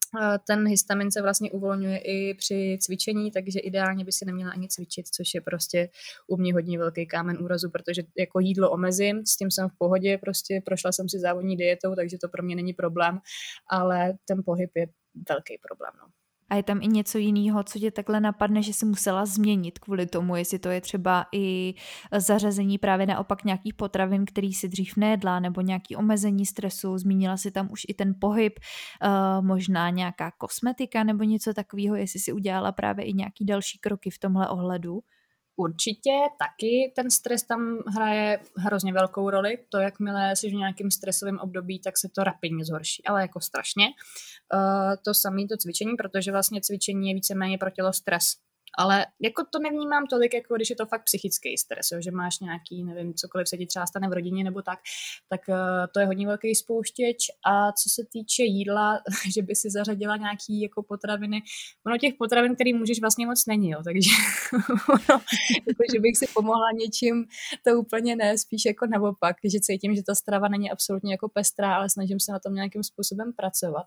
ten histamin se vlastně uvolňuje i při cvičení, takže ideálně by si neměla ani cvičit, což je prostě u mě hodně velký kámen úrazu, protože jako jídlo omezím, s tím jsem v pohodě, prostě prošla jsem si závodní dietou, takže to pro mě není problém, ale ten pohyb je velký problém. No. A je tam i něco jiného, co tě takhle napadne, že jsi musela změnit kvůli tomu, jestli to je třeba i zařazení právě naopak nějakých potravin, který si dřív nejedla, nebo nějaký omezení stresu, zmínila si tam už i ten pohyb, uh, možná nějaká kosmetika nebo něco takového, jestli si udělala právě i nějaký další kroky v tomhle ohledu. Určitě taky ten stres tam hraje hrozně velkou roli. To, jakmile jsi v nějakém stresovém období, tak se to rapidně zhorší, ale jako strašně. Uh, to samé to cvičení, protože vlastně cvičení je víceméně pro tělo stres. Ale jako to nevnímám tolik, jako když je to fakt psychický stres, jo, že máš nějaký, nevím, cokoliv se ti třeba stane v rodině nebo tak, tak uh, to je hodně velký spouštěč. A co se týče jídla, že by si zařadila nějaký jako potraviny, ono těch potravin, který můžeš, vlastně moc není, jo, takže ono, jako, že bych si pomohla něčím, to úplně ne, spíš jako naopak, že cítím, že ta strava není absolutně jako pestrá, ale snažím se na tom nějakým způsobem pracovat.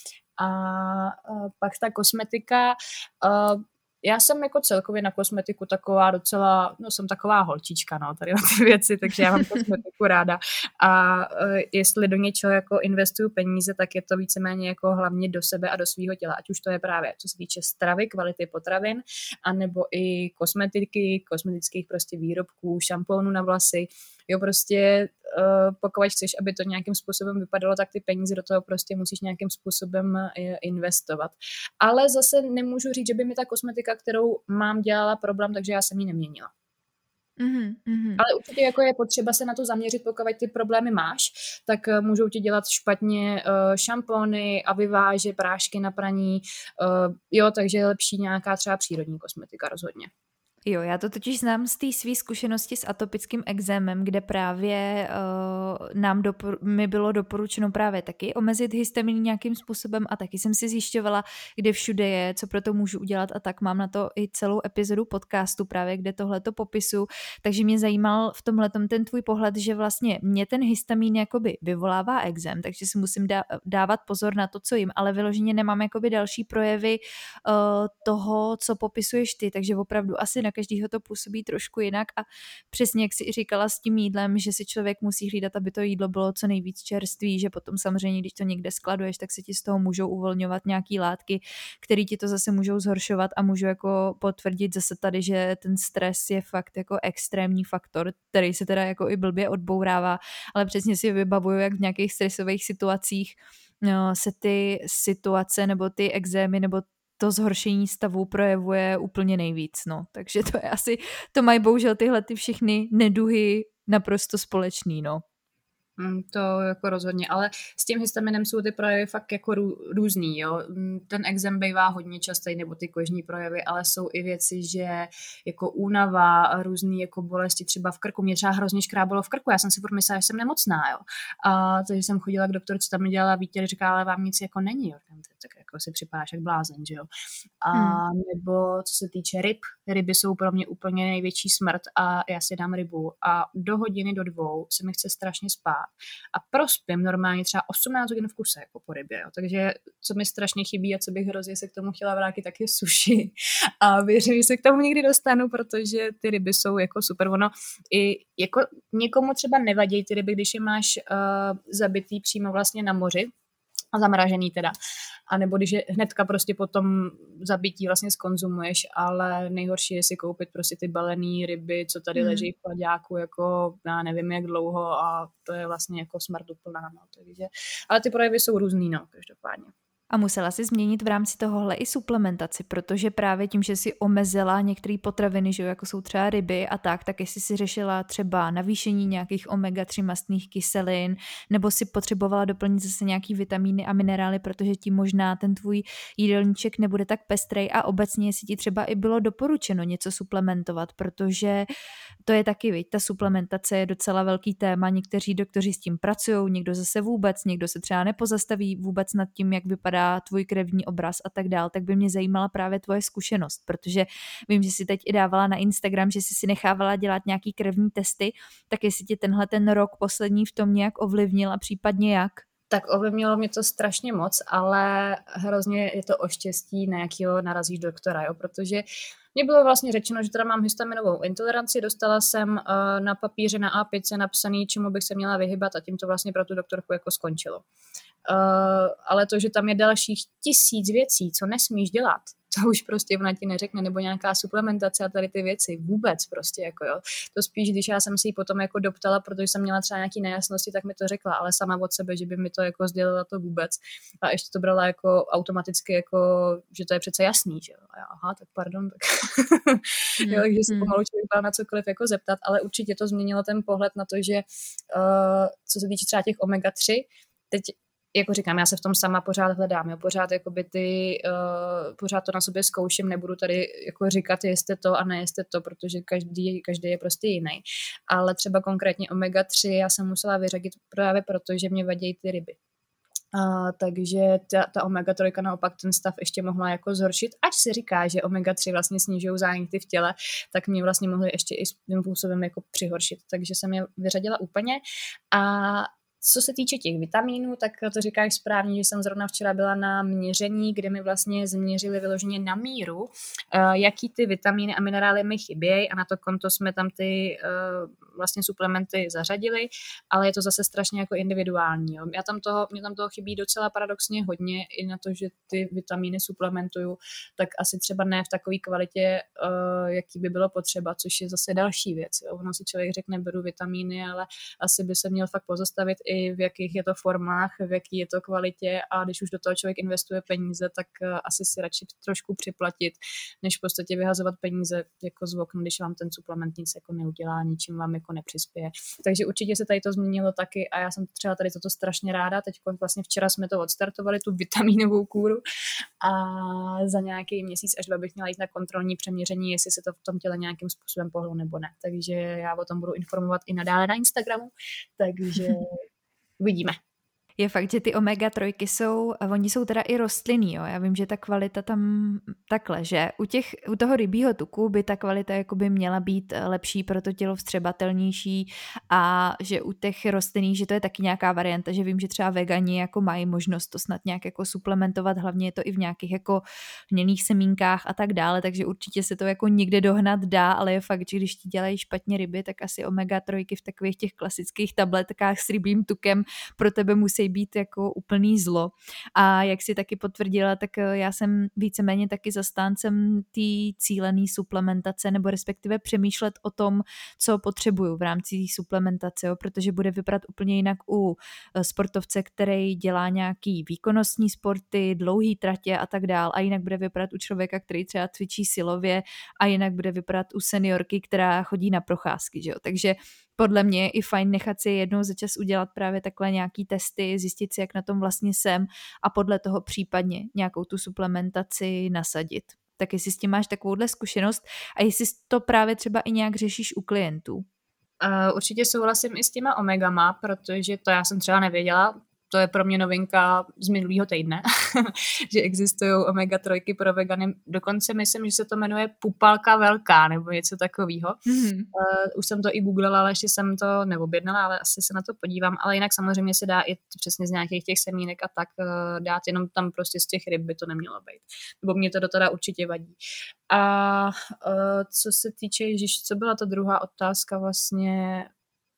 A uh, pak ta kosmetika, uh, já jsem jako celkově na kosmetiku taková docela, no jsem taková holčička, no, tady na ty věci, takže já mám kosmetiku ráda. A uh, jestli do něčeho jako investuju peníze, tak je to víceméně jako hlavně do sebe a do svého těla, ať už to je právě, co se týče stravy, kvality potravin, anebo i kosmetiky, kosmetických prostě výrobků, šampónů na vlasy. Jo, prostě uh, pokud chceš, aby to nějakým způsobem vypadalo, tak ty peníze do toho prostě musíš nějakým způsobem investovat. Ale zase nemůžu říct, že by mi ta kosmetika, kterou mám, dělala problém, takže já jsem ji neměnila. Mm-hmm, mm-hmm. Ale určitě jako je potřeba se na to zaměřit, pokud ty problémy máš, tak uh, můžou ti dělat špatně uh, šampony a vyváže, prášky na praní, uh, jo, takže je lepší nějaká třeba přírodní kosmetika rozhodně. Jo, já to totiž znám z té své zkušenosti s atopickým ekzémem, kde právě uh, nám dopor- mi bylo doporučeno právě taky omezit histamin nějakým způsobem a taky jsem si zjišťovala, kde všude je, co pro to můžu udělat a tak mám na to i celou epizodu podcastu právě, kde tohleto popisu, takže mě zajímal v tomhletom ten tvůj pohled, že vlastně mě ten histamin jakoby vyvolává ekzém, takže si musím dá- dávat pozor na to, co jim, ale vyloženě nemám jakoby další projevy uh, toho, co popisuješ ty, takže opravdu asi na každýho to působí trošku jinak a přesně jak jsi i říkala s tím jídlem, že si člověk musí hlídat, aby to jídlo bylo co nejvíc čerstvý, že potom samozřejmě, když to někde skladuješ, tak se ti z toho můžou uvolňovat nějaký látky, které ti to zase můžou zhoršovat a můžu jako potvrdit zase tady, že ten stres je fakt jako extrémní faktor, který se teda jako i blbě odbourává, ale přesně si vybavuju, jak v nějakých stresových situacích no, se ty situace nebo ty ekzémy nebo to zhoršení stavu projevuje úplně nejvíc, no. Takže to je asi, to mají bohužel tyhle ty všechny neduhy naprosto společný, no. Mm, to jako rozhodně, ale s tím histaminem jsou ty projevy fakt jako rů, různý, jo. Ten ekzém bývá hodně častý, nebo ty kožní projevy, ale jsou i věci, že jako únava, různý jako bolesti třeba v krku. Mě třeba hrozně škrábalo v krku, já jsem si furt myslela, že jsem nemocná, jo. A takže jsem chodila k doktorce, tam mi dělala výtěry, říkala, ale vám nic jako není, jo. Tak jako si připadáš jak blázen, že jo. A hmm. nebo co se týče ryb, ryby jsou pro mě úplně největší smrt a já si dám rybu a do hodiny, do dvou se mi chce strašně spát. A prospím normálně třeba osmnáct hodin v kuse jako po rybě. Jo. Takže co mi strašně chybí a co bych hrozně se k tomu chtěla vrátit, tak je sushi. A věřím, že se k tomu někdy dostanu, protože ty ryby jsou jako super. Ono i jako někomu třeba nevadí ty ryby, když je máš uh, zabitý přímo vlastně na moři, a zamražený teda. A nebo když je hnedka prostě potom zabití vlastně skonzumuješ, ale nejhorší je si koupit prostě ty balený ryby, co tady mm. leží v chlaďáku jako já nevím jak dlouho a to je vlastně jako smrt úplná. No, takže, ale ty projevy jsou různý, no, každopádně. A musela si změnit v rámci tohohle i suplementaci, protože právě tím, že si omezila některé potraviny, že jo, jako jsou třeba ryby a tak, tak jestli si řešila třeba navýšení nějakých omega tři mastných kyselin, nebo si potřebovala doplnit zase nějaký vitamíny a minerály, protože ti možná ten tvůj jídelníček nebude tak pestrej a obecně jestli ti třeba i bylo doporučeno něco suplementovat, protože to je taky, viď, ta suplementace je docela velký téma, někteří doktoři s tím pracují, někdo zase vůbec, někdo se třeba nepozastaví vůbec nad tím, jak vypadá tvůj krevní obraz a tak dál, tak by mě zajímala právě tvoje zkušenost, protože vím, že jsi teď i dávala na Instagram, že jsi si nechávala dělat nějaký krevní testy, tak jestli tě tenhle ten rok poslední v tom nějak ovlivnil a případně jak? Tak ovlivnilo mě to strašně moc, ale hrozně je to o štěstí, na jakýho narazíš doktora, jo? Protože mně bylo vlastně řečeno, že teda mám histaminovou intoleranci, dostala jsem uh, na papíře na á pět napsaný, čemu bych se měla vyhybat a tím to vlastně pro tu doktorku jako skončilo. Uh, ale to, že tam je dalších tisíc věcí, co nesmíš dělat, to už prostě ona ti neřekne, nebo nějaká suplementace a tady ty věci, vůbec prostě, jako jo. To spíš, když já jsem si ji potom jako doptala, protože jsem měla třeba nějaký nejasnosti, tak mi to řekla, ale sama od sebe, že by mi to jako sdělila, to vůbec. A ještě to brala jako automaticky, jako, že to je přece jasný, že jo. A já, aha, tak pardon, tak jo, takže si pomalu člověk byl na cokoliv jako zeptat, ale určitě to změnilo ten pohled na to, že uh, co se týče třeba těch omega tři, teď jako říkám, já se v tom sama pořád hledám, jo, pořád jakoby ty, uh, pořád to na sobě zkouším, nebudu tady jako říkat, jeste to a nejeste to, protože každý, každý je prostě jiný. Ale třeba konkrétně omega tři já jsem musela vyřadit právě proto, že mě vadí ty ryby. Uh, takže ta, ta omega tři naopak ten stav ještě mohla jako zhoršit, ať se říká, že omega tři vlastně snižují záněty v těle, tak mě vlastně mohly ještě i svým způsobem jako přihoršit, takže jsem je vyřadila úplně. A co se týče těch vitamínů, tak to říkáš správně, že jsem zrovna včera byla na měření, kde mi vlastně změřili vyloženě na míru, jaký ty vitamíny a minerály mi chybějí a na to konto jsme tam ty vlastně suplementy zařadili, ale je to zase strašně jako individuální. Jo. Já tam toho, mě tam toho chybí docela paradoxně hodně i na to, že ty vitamíny suplementuju, tak asi třeba ne v takové kvalitě, jaký by bylo potřeba, což je zase další věc. Jo. Ono si člověk řekne, beru vitamíny, ale asi by se měl fakt pozastavit i v jakých je to formách, v jaký je to kvalitě a když už do toho člověk investuje peníze, tak asi si radši trošku připlatit, než v podstatě vyhazovat peníze jako z okna, když vám ten suplement nic jako neudělá, ničím vám jako nepřispěje. Takže určitě se tady to změnilo taky a já jsem třeba tady toto strašně ráda. Teď vlastně včera jsme to odstartovali, tu vitamínovou kůru a za nějaký měsíc až dva bych měla jít na kontrolní přeměření, jestli se to v tom těle nějakým způsobem pohlo nebo ne. Takže já o tom budu informovat i nadále na Instagramu, takže uvidíme. Je fakt, že ty omega tři jsou, a oni jsou teda i rostlinný, jo. Já vím, že ta kvalita tam takhle, že u, těch, u toho rybího tuku by ta kvalita jakoby měla být lepší, pro to tělo vstřebatelnější a že u těch rostlinných, že to je taky nějaká varianta, že vím, že třeba vegani jako mají možnost to snad nějak jako suplementovat, hlavně je to i v nějakých jako hněných semínkách a tak dále, takže určitě se to jako někde dohnat dá, ale je fakt, že když ti dělají špatně ryby, tak asi omega tři v takových těch klasických tabletkách s rybím tukem pro tebe musí být jako úplný zlo. A jak si taky potvrdila, tak já jsem víceméně taky zastáncem té cílené suplementace, nebo respektive přemýšlet o tom, co potřebuju v rámci suplementace, jo, protože bude vypadat úplně jinak u sportovce, který dělá nějaký výkonnostní sporty, dlouhý tratě a tak dál, a jinak bude vypadat u člověka, který třeba cvičí silově, a jinak bude vypadat u seniorky, která chodí na procházky, že jo. Takže podle mě je i fajn nechat si jednou za čas udělat právě takhle nějaký testy, zjistit si, jak na tom vlastně jsem a podle toho případně nějakou tu suplementaci nasadit. Tak jestli s tím máš takovouhle zkušenost a jestli to právě třeba i nějak řešíš u klientů. Uh, určitě souhlasím i s těma omegama, protože to já jsem třeba nevěděla. To je pro mě novinka z minulého týdne, že existují omega tři pro vegany. Dokonce myslím, že se to jmenuje pupalka velká nebo něco takového. Mm-hmm. Uh, už jsem to i googlala, ale ještě jsem to neobjednala, ale asi se na to podívám. Ale jinak samozřejmě se dá i přesně z nějakých těch semínek a tak uh, dát, jenom tam prostě z těch ryb by to nemělo být. Nebo mě to do teda určitě vadí. A uh, co se týče, ježiš, co byla ta druhá otázka vlastně...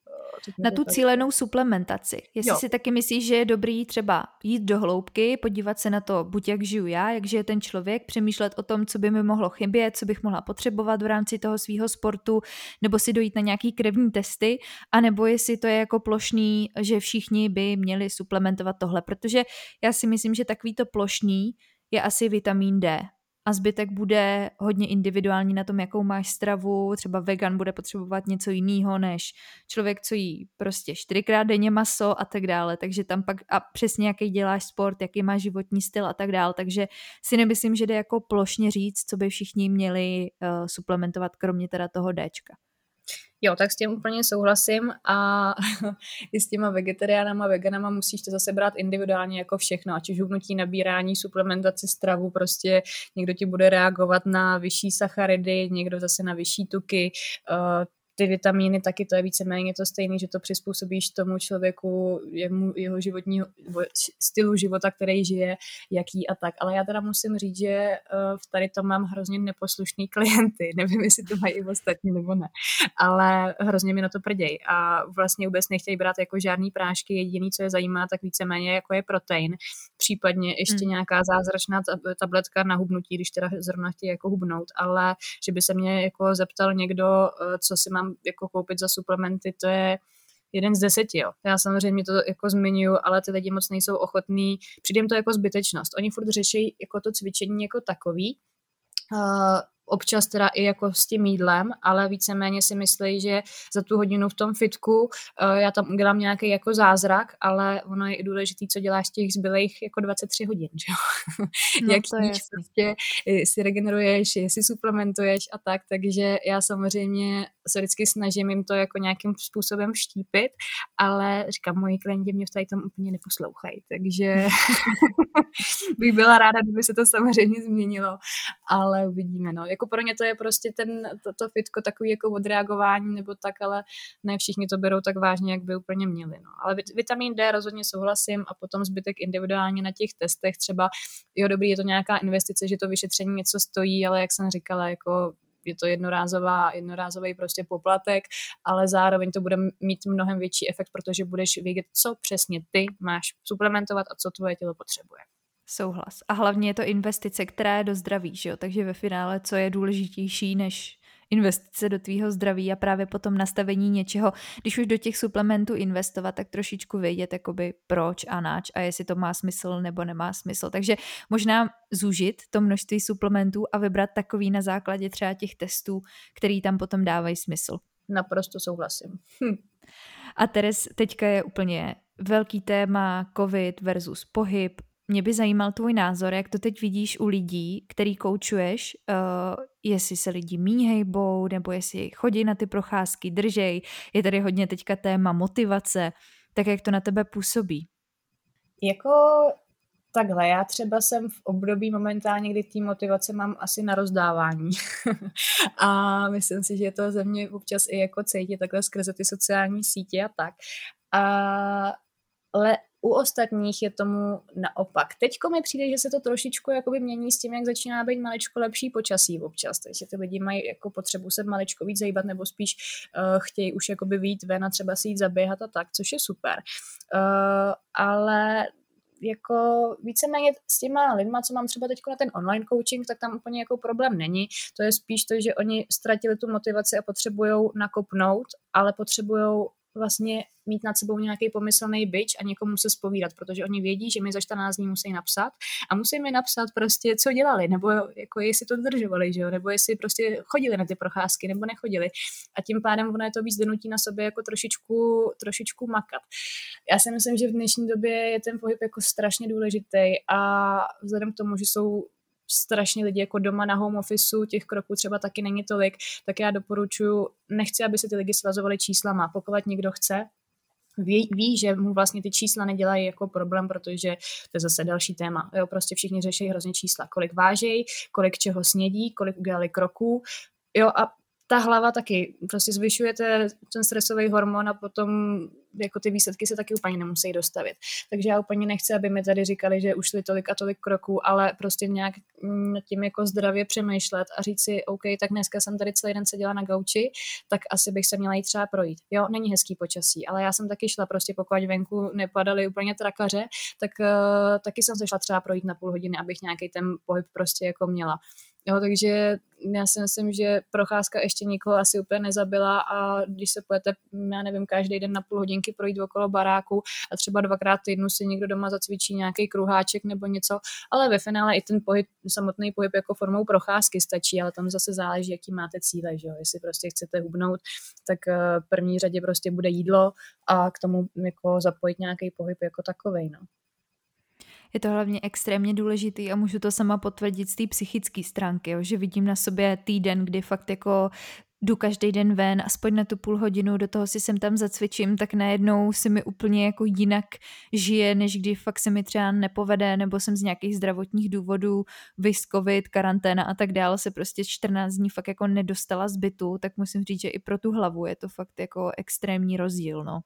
Na tu cílenou suplementaci. Jestli jo. si taky myslíš, že je dobrý třeba jít do hloubky, podívat se na to, buď jak žiju já, jak žije ten člověk, přemýšlet o tom, co by mi mohlo chybět, co bych mohla potřebovat v rámci toho svýho sportu, nebo si dojít na nějaký krevní testy, anebo jestli to je jako plošný, že všichni by měli suplementovat tohle, protože já si myslím, že takový to plošný je asi vitamin D. A zbytek bude hodně individuální na tom, jakou máš stravu. Třeba vegan bude potřebovat něco jiného než člověk, co jí prostě čtyřikrát denně maso a tak dále. Takže tam pak a přesně jaký děláš sport, jaký máš životní styl a tak dále. Takže si nemyslím, že jde jako plošně říct, co by všichni měli uh, suplementovat, kromě teda toho Dčka. Jo, tak s tím úplně souhlasím a i s těma vegetariánama, veganama musíš to zase brát individuálně jako všechno, ať už hubnutí, nabírání, suplementaci, stravu, prostě někdo ti bude reagovat na vyšší sacharidy, někdo zase na vyšší tuky, ty vitamíny taky, to je víceméně to stejné, že to přizpůsobíš tomu člověku, jemu, jeho životního stylu života, který žije, jaký a tak. Ale já teda musím říct, že v tady to mám hrozně neposlušný klienty. Nevím, jestli to mají i ostatní nebo ne. Ale hrozně mi na to prděj. A vlastně vůbec nechtějí brát jako žádný prášky. Jediný, co je zajímá, tak víceméně jako je protein. Případně ještě mm. nějaká zázračná tabletka na hubnutí, když teda zrovna chtějí jako hubnout. Ale že by se mě jako zeptal někdo, co si mám jako koupit za suplementy, to je jeden z deseti, jo. Já samozřejmě to jako zmiňuji, ale ty lidi moc nejsou ochotní, přijde jim to jako zbytečnost. Oni furt řeší jako to cvičení jako takový, uh, občas teda i jako s tím jídlem, ale víceméně si myslí, že za tu hodinu v tom fitku uh, já tam udělám nějaký jako zázrak, ale ono je i důležitý, co děláš těch zbylejch jako dvacet tři hodin, že jo? No, jak to je jíš, prostě, jestli regeneruješ, jestli suplementuješ a tak, takže já samozřejmě se vždycky snažím jim to jako nějakým způsobem vštípit, ale říkám, moji klienti mě v tady tom úplně neposlouchají, takže bych byla ráda, kdyby se to samozřejmě změnilo, ale uvidíme, no. Jako pro ně to je prostě ten, to, to fitko takový jako odreagování nebo tak, ale ne všichni to berou tak vážně, jak by úplně měli, no. Ale vitamin D rozhodně souhlasím a potom zbytek individuálně na těch testech třeba, jo dobrý, je to nějaká investice, že to vyšetření něco stojí, ale jak jsem říkala, jako je to jednorázová, jednorázový prostě poplatek, ale zároveň to bude mít mnohem větší efekt, protože budeš vědět, co přesně ty máš suplementovat a co tvoje tělo potřebuje. Souhlas. A hlavně je to investice, která je do zdraví, že jo? Takže ve finále, co je důležitější než investice do tvýho zdraví a právě potom nastavení něčeho, když už do těch suplementů investovat, tak trošičku vědět, jakoby proč a nač a jestli to má smysl nebo nemá smysl. Takže možná zúžit to množství suplementů a vybrat takový na základě třeba těch testů, který tam potom dávají smysl. Naprosto souhlasím. Hm. A Teres, teďka je úplně velký téma covid versus pohyb. Mě by zajímal tvůj názor, jak to teď vidíš u lidí, který koučuješ, uh, jestli se lidi míň hejbou, nebo jestli chodí na ty procházky, držej. Je tady hodně teďka téma motivace, tak jak to na tebe působí? Jako takhle, já třeba jsem v období momentálně, kdy té motivace mám asi na rozdávání. A myslím si, že je to ze mě občas i jako cítit takhle skrze ty sociální sítě a tak. A ale u ostatních je tomu naopak. Teďko mi přijde, že se to trošičku jakoby mění s tím, jak začíná být maličko lepší počasí občas. Takže ty lidi mají jako potřebu se maličko víc zajíbat, nebo spíš uh, chtějí už jakoby vyjít ven a třeba si jít zaběhat a tak, což je super. Uh, ale jako víceméně s těma lidma, co mám třeba teď na ten online coaching, tak tam úplně jako problém není. To je spíš to, že oni ztratili tu motivaci a potřebujou nakopnout, ale potřebujou vlastně mít nad sebou nějaký pomyslný bič a někomu se zpovídat, protože oni vědí, že mi za čtrnáct dní musí napsat a musí mi napsat prostě, co dělali, nebo jako jestli to dodržovali, že jo, nebo jestli prostě chodili na ty procházky, nebo nechodili. A tím pádem ono je to víc donutí na sobě jako trošičku, trošičku makat. Já si myslím, že v dnešní době je ten pohyb jako strašně důležitý a vzhledem k tomu, že jsou strašně lidi jako doma na home officeu, těch kroků třeba taky není tolik, tak já doporučuji, nechci, aby se ty lidi svazovali číslama. Pokud někdo chce, ví, ví, že mu vlastně ty čísla nedělají jako problém, protože to je zase další téma. Jo, prostě všichni řeší hrozně čísla. Kolik vážejí, kolik čeho snědí, kolik udělali kroků. Jo, a ta hlava taky, prostě zvyšujete ten stresový hormon a potom jako ty výsledky se taky úplně nemusí dostavit. Takže já úplně nechci, aby mi tady říkali, že ušli tolik a tolik kroků, ale prostě nějak nad tím jako zdravě přemýšlet a říct si, OK, tak dneska jsem tady celý den seděla na gauči, tak asi bych se měla jít třeba projít. Jo, není hezký počasí, ale já jsem taky šla prostě, pokud venku nepadaly úplně trakaře, tak uh, taky jsem se šla třeba projít na půl hodiny, abych nějaký ten pohyb prostě jako měla. Jo, takže já si myslím, že procházka ještě nikoho asi úplně nezabila a když se pojete, já nevím, každý den na půl hodinky projít okolo baráku a třeba dvakrát týdnu si někdo doma zacvičí nějaký kruháček nebo něco, ale ve finále i ten pohyb, samotný pohyb jako formou procházky stačí, ale tam zase záleží, jaký máte cíle, že jo, jestli prostě chcete hubnout, tak v první řadě prostě bude jídlo a k tomu jako zapojit nějaký pohyb jako takovej, no. Je to hlavně extrémně důležitý a můžu to sama potvrdit z té psychické stránky, jo, že vidím na sobě týden, kdy fakt jako jdu každý den ven, aspoň na tu půl hodinu, do toho si sem tam zacvičím, tak najednou se mi úplně jako jinak žije, než když fakt se mi třeba nepovede, nebo jsem z nějakých zdravotních důvodů, vis, covid, karanténa a tak dále, se prostě čtrnáct dní fakt jako nedostala z bytu, tak musím říct, že i pro tu hlavu je to fakt jako extrémní rozdíl, no.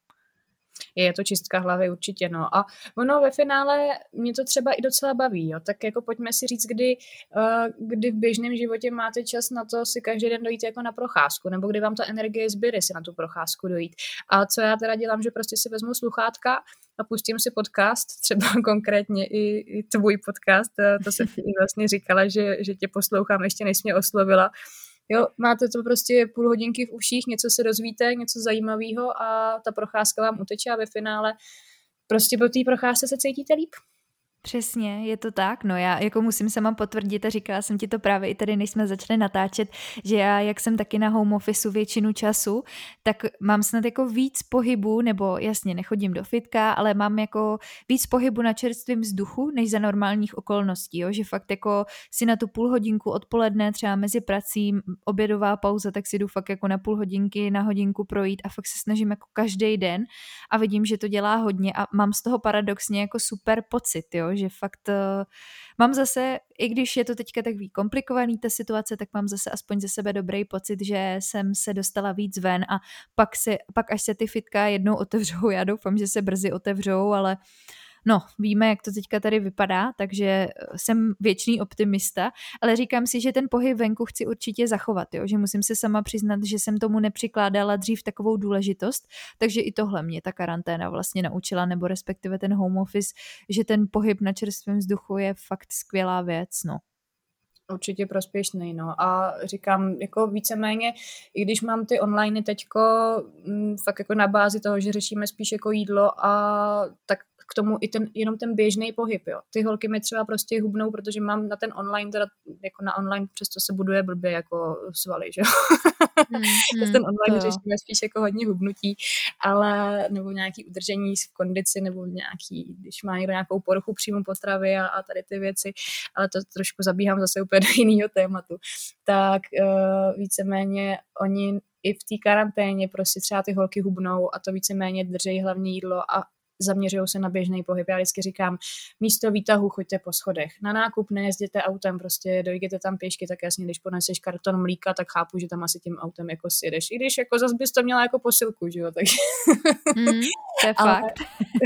Je to čistka hlavy určitě, no. A ono ve finále mě to třeba i docela baví, jo. Tak jako pojďme si říct, kdy, uh, kdy v běžném životě máte čas na to si každý den dojít jako na procházku, nebo kdy vám ta energie zbyde si na tu procházku dojít. A co já teda dělám, že prostě si vezmu sluchátka a pustím si podcast, třeba konkrétně i, i tvůj podcast, to se ti vlastně říkala, že, že tě poslouchám, ještě než jsi mě oslovila. Jo, máte to prostě půl hodinky v uších, něco se dozvíte, něco zajímavého a ta procházka vám uteče a ve finále prostě po té procházce se cítíte líp. Přesně, je to tak, no já jako musím sama potvrdit a říkala jsem ti to právě i tady, než jsme začali natáčet, že já, jak jsem taky na home officeu většinu času, tak mám snad jako víc pohybu, nebo jasně nechodím do fitka, ale mám jako víc pohybu na čerstvém vzduchu, než za normálních okolností, jo? Že fakt jako si na tu půl hodinku odpoledne, třeba mezi prací, obědová pauza, tak si jdu fakt jako na půl hodinky, na hodinku projít a fakt se snažím jako každý den a vidím, že to dělá hodně a mám z toho paradoxně jako super pocit, jo? Že fakt uh, mám zase, i když je to teďka takový komplikovaný ta situace, tak mám zase aspoň ze sebe dobrý pocit, že jsem se dostala víc ven a pak, se, pak až se ty fitka jednou otevřou, já doufám, že se brzy otevřou, ale no, víme, jak to teďka tady vypadá, takže jsem věčný optimista, ale říkám si, že ten pohyb venku chci určitě zachovat, jo? Že musím se sama přiznat, že jsem tomu nepřikládala dřív takovou důležitost, takže i tohle mě ta karanténa vlastně naučila, nebo respektive ten home office, že ten pohyb na čerstvém vzduchu je fakt skvělá věc, no. Určitě prospěšný, no. A říkám, jako víceméně, i když mám ty online teďko m, fakt jako na bázi toho, že řešíme spíš jako jídlo a tak k tomu i ten, jenom ten běžný pohyb, jo. Ty holky mi třeba prostě hubnou, protože mám na ten online, teda jako na online přesto se buduje blbě jako svaly, že jo. Hmm, hmm, ten online řešíme spíš jako hodně hubnutí, ale nebo nějaký udržení v kondici, nebo nějaký, když má někdo nějakou poruchu příjmu potravy a, a tady ty věci, ale to trošku zabíhám zase úplně do jiného tématu. Tak uh, víceméně oni i v té karanténě prostě třeba ty holky hubnou a to víceméně drží hlavně jídlo a zaměřují se na běžný pohyb. Já vždycky říkám, místo výtahu choďte po schodech. Na nákup nejezděte autem, prostě dojděte tam pěšky, tak jasně, když poneseš karton mlíka, tak chápu, že tam asi tím autem jako sjedeš. I když jako zas bys to měla jako posilku, že jo, takže... Mm, to je ale, fakt.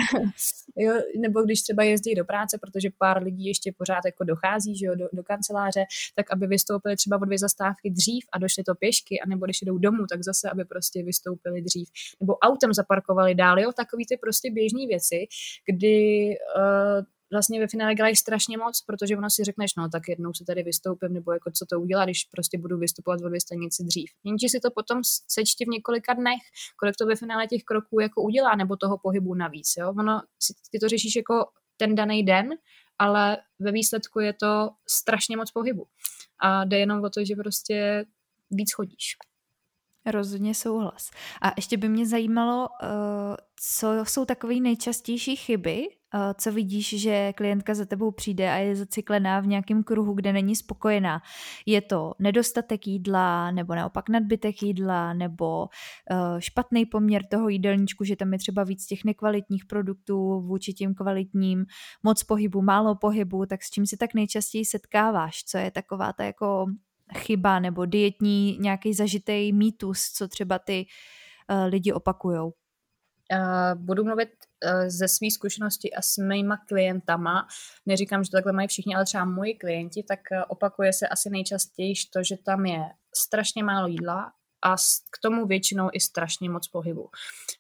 Jo, nebo když třeba jezdí do práce, protože pár lidí ještě pořád jako dochází, že jo, do, do kanceláře, tak aby vystoupili třeba o dvě zastávky dřív a došli to pěšky, anebo když jdou domů, tak zase, aby prostě vystoupili dřív. Nebo autem zaparkovali dál, jo, takový ty prostě běžný věci, kdy uh, vlastně ve finále dělají strašně moc, protože ono si řekneš, no tak jednou se tady vystoupím, nebo jako co to udělá, když prostě budu vystupovat o dvě stanici dřív. Jenže si to potom sečti v několika dnech, kolik to ve finále těch kroků jako udělá, nebo toho pohybu navíc, jo. Ono, ty to řešíš jako ten daný den, ale ve výsledku je to strašně moc pohybu. A jde jenom o to, že prostě víc chodíš. Rozhodně souhlas. A ještě by mě zajímalo, co jsou takové nejčastější chyby, co vidíš, že klientka za tebou přijde a je zacyklená v nějakém kruhu, kde není spokojená. Je to nedostatek jídla, nebo naopak nadbytek jídla, nebo špatný poměr toho jídelníčku, že tam je třeba víc těch nekvalitních produktů vůči těm kvalitním, moc pohybu, málo pohybu, tak s čím se tak nejčastěji setkáváš? Co je taková ta jako chyba nebo dietní nějaký zažitej mýtus, co třeba ty uh, lidi opakujou? Uh, budu mluvit uh, ze své zkušenosti a s mýma klientama. Neříkám, že to takhle mají všichni, ale třeba moji klienti, tak uh, opakuje se asi nejčastěji to, že tam je strašně málo jídla a k tomu většinou i strašně moc pohybu. Uh,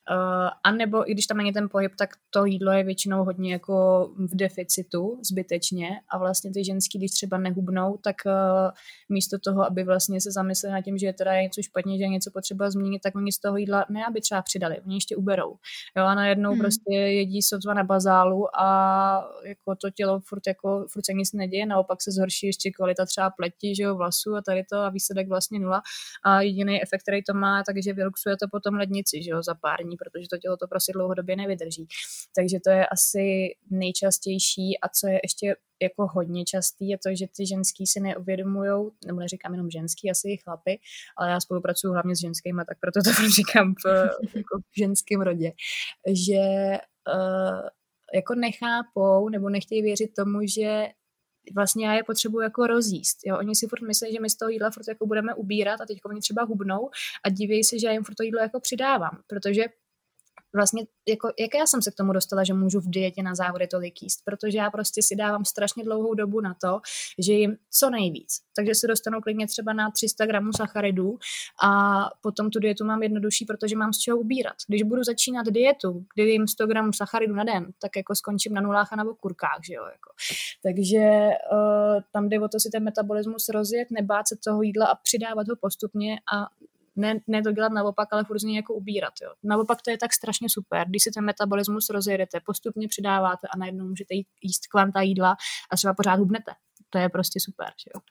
a nebo i když tam není ten pohyb, tak to jídlo je většinou hodně jako v deficitu, zbytečně a vlastně ty ženský, když třeba nehubnou, tak uh, místo toho, aby vlastně se zamysleli nad tím, že je teda něco špatně, že je něco potřeba změnit, tak oni z toho jídla ne, aby třeba přidali, oni ještě uberou. Jo, a najednou hmm. prostě jedí sotva na bazálu a jako to tělo furt, jako, furt se nic neděje, naopak se zhorší ještě kvalita třeba pleti, že jo, vlasů a tady to a výsledek vlastně nula a jediný efekt efekt, který to má, takže vyluxuje to potom lednici, že jo, za pár dní, protože to tělo to prostě dlouhodobě nevydrží. Takže to je asi nejčastější a co je ještě jako hodně častý, je to, že ty ženský si neuvědomujou, nebo neříkám jenom ženský, asi i chlapy, ale já spolupracuju hlavně s ženskýma, tak proto to říkám v, jako v ženském rodě, že uh, jako nechápou nebo nechtějí věřit tomu, že vlastně já je potřebuji jako rozjíst. Jo? Oni si furt myslí, že my z toho jídla furt jako budeme ubírat a teď oni třeba hubnou a diví se, že já jim furt to jídlo jako přidávám, protože vlastně, jako, jak já jsem se k tomu dostala, že můžu v dietě na závody tolik jíst, protože já prostě si dávám strašně dlouhou dobu na to, že jim co nejvíc. Takže se dostanu klidně třeba na tři sta gramů sacharidů a potom tu dietu mám jednodušší, protože mám z čeho ubírat. Když budu začínat dietu, kdy jim sto gramů sacharidů na den, tak jako skončím na nulách a na okurkách, že jo, jako. Takže uh, tam jde o to si ten metabolismus rozjet, nebát se toho jídla a přidávat ho postupně a Ne, ne to dělat naopak, ale furt z něj jako ubírat. Jo. Naopak to je tak strašně super, když si ten metabolismus rozjedete, postupně přidáváte a najednou můžete jít, jíst kvanta jídla a třeba pořád hubnete. To je prostě super. Že jo.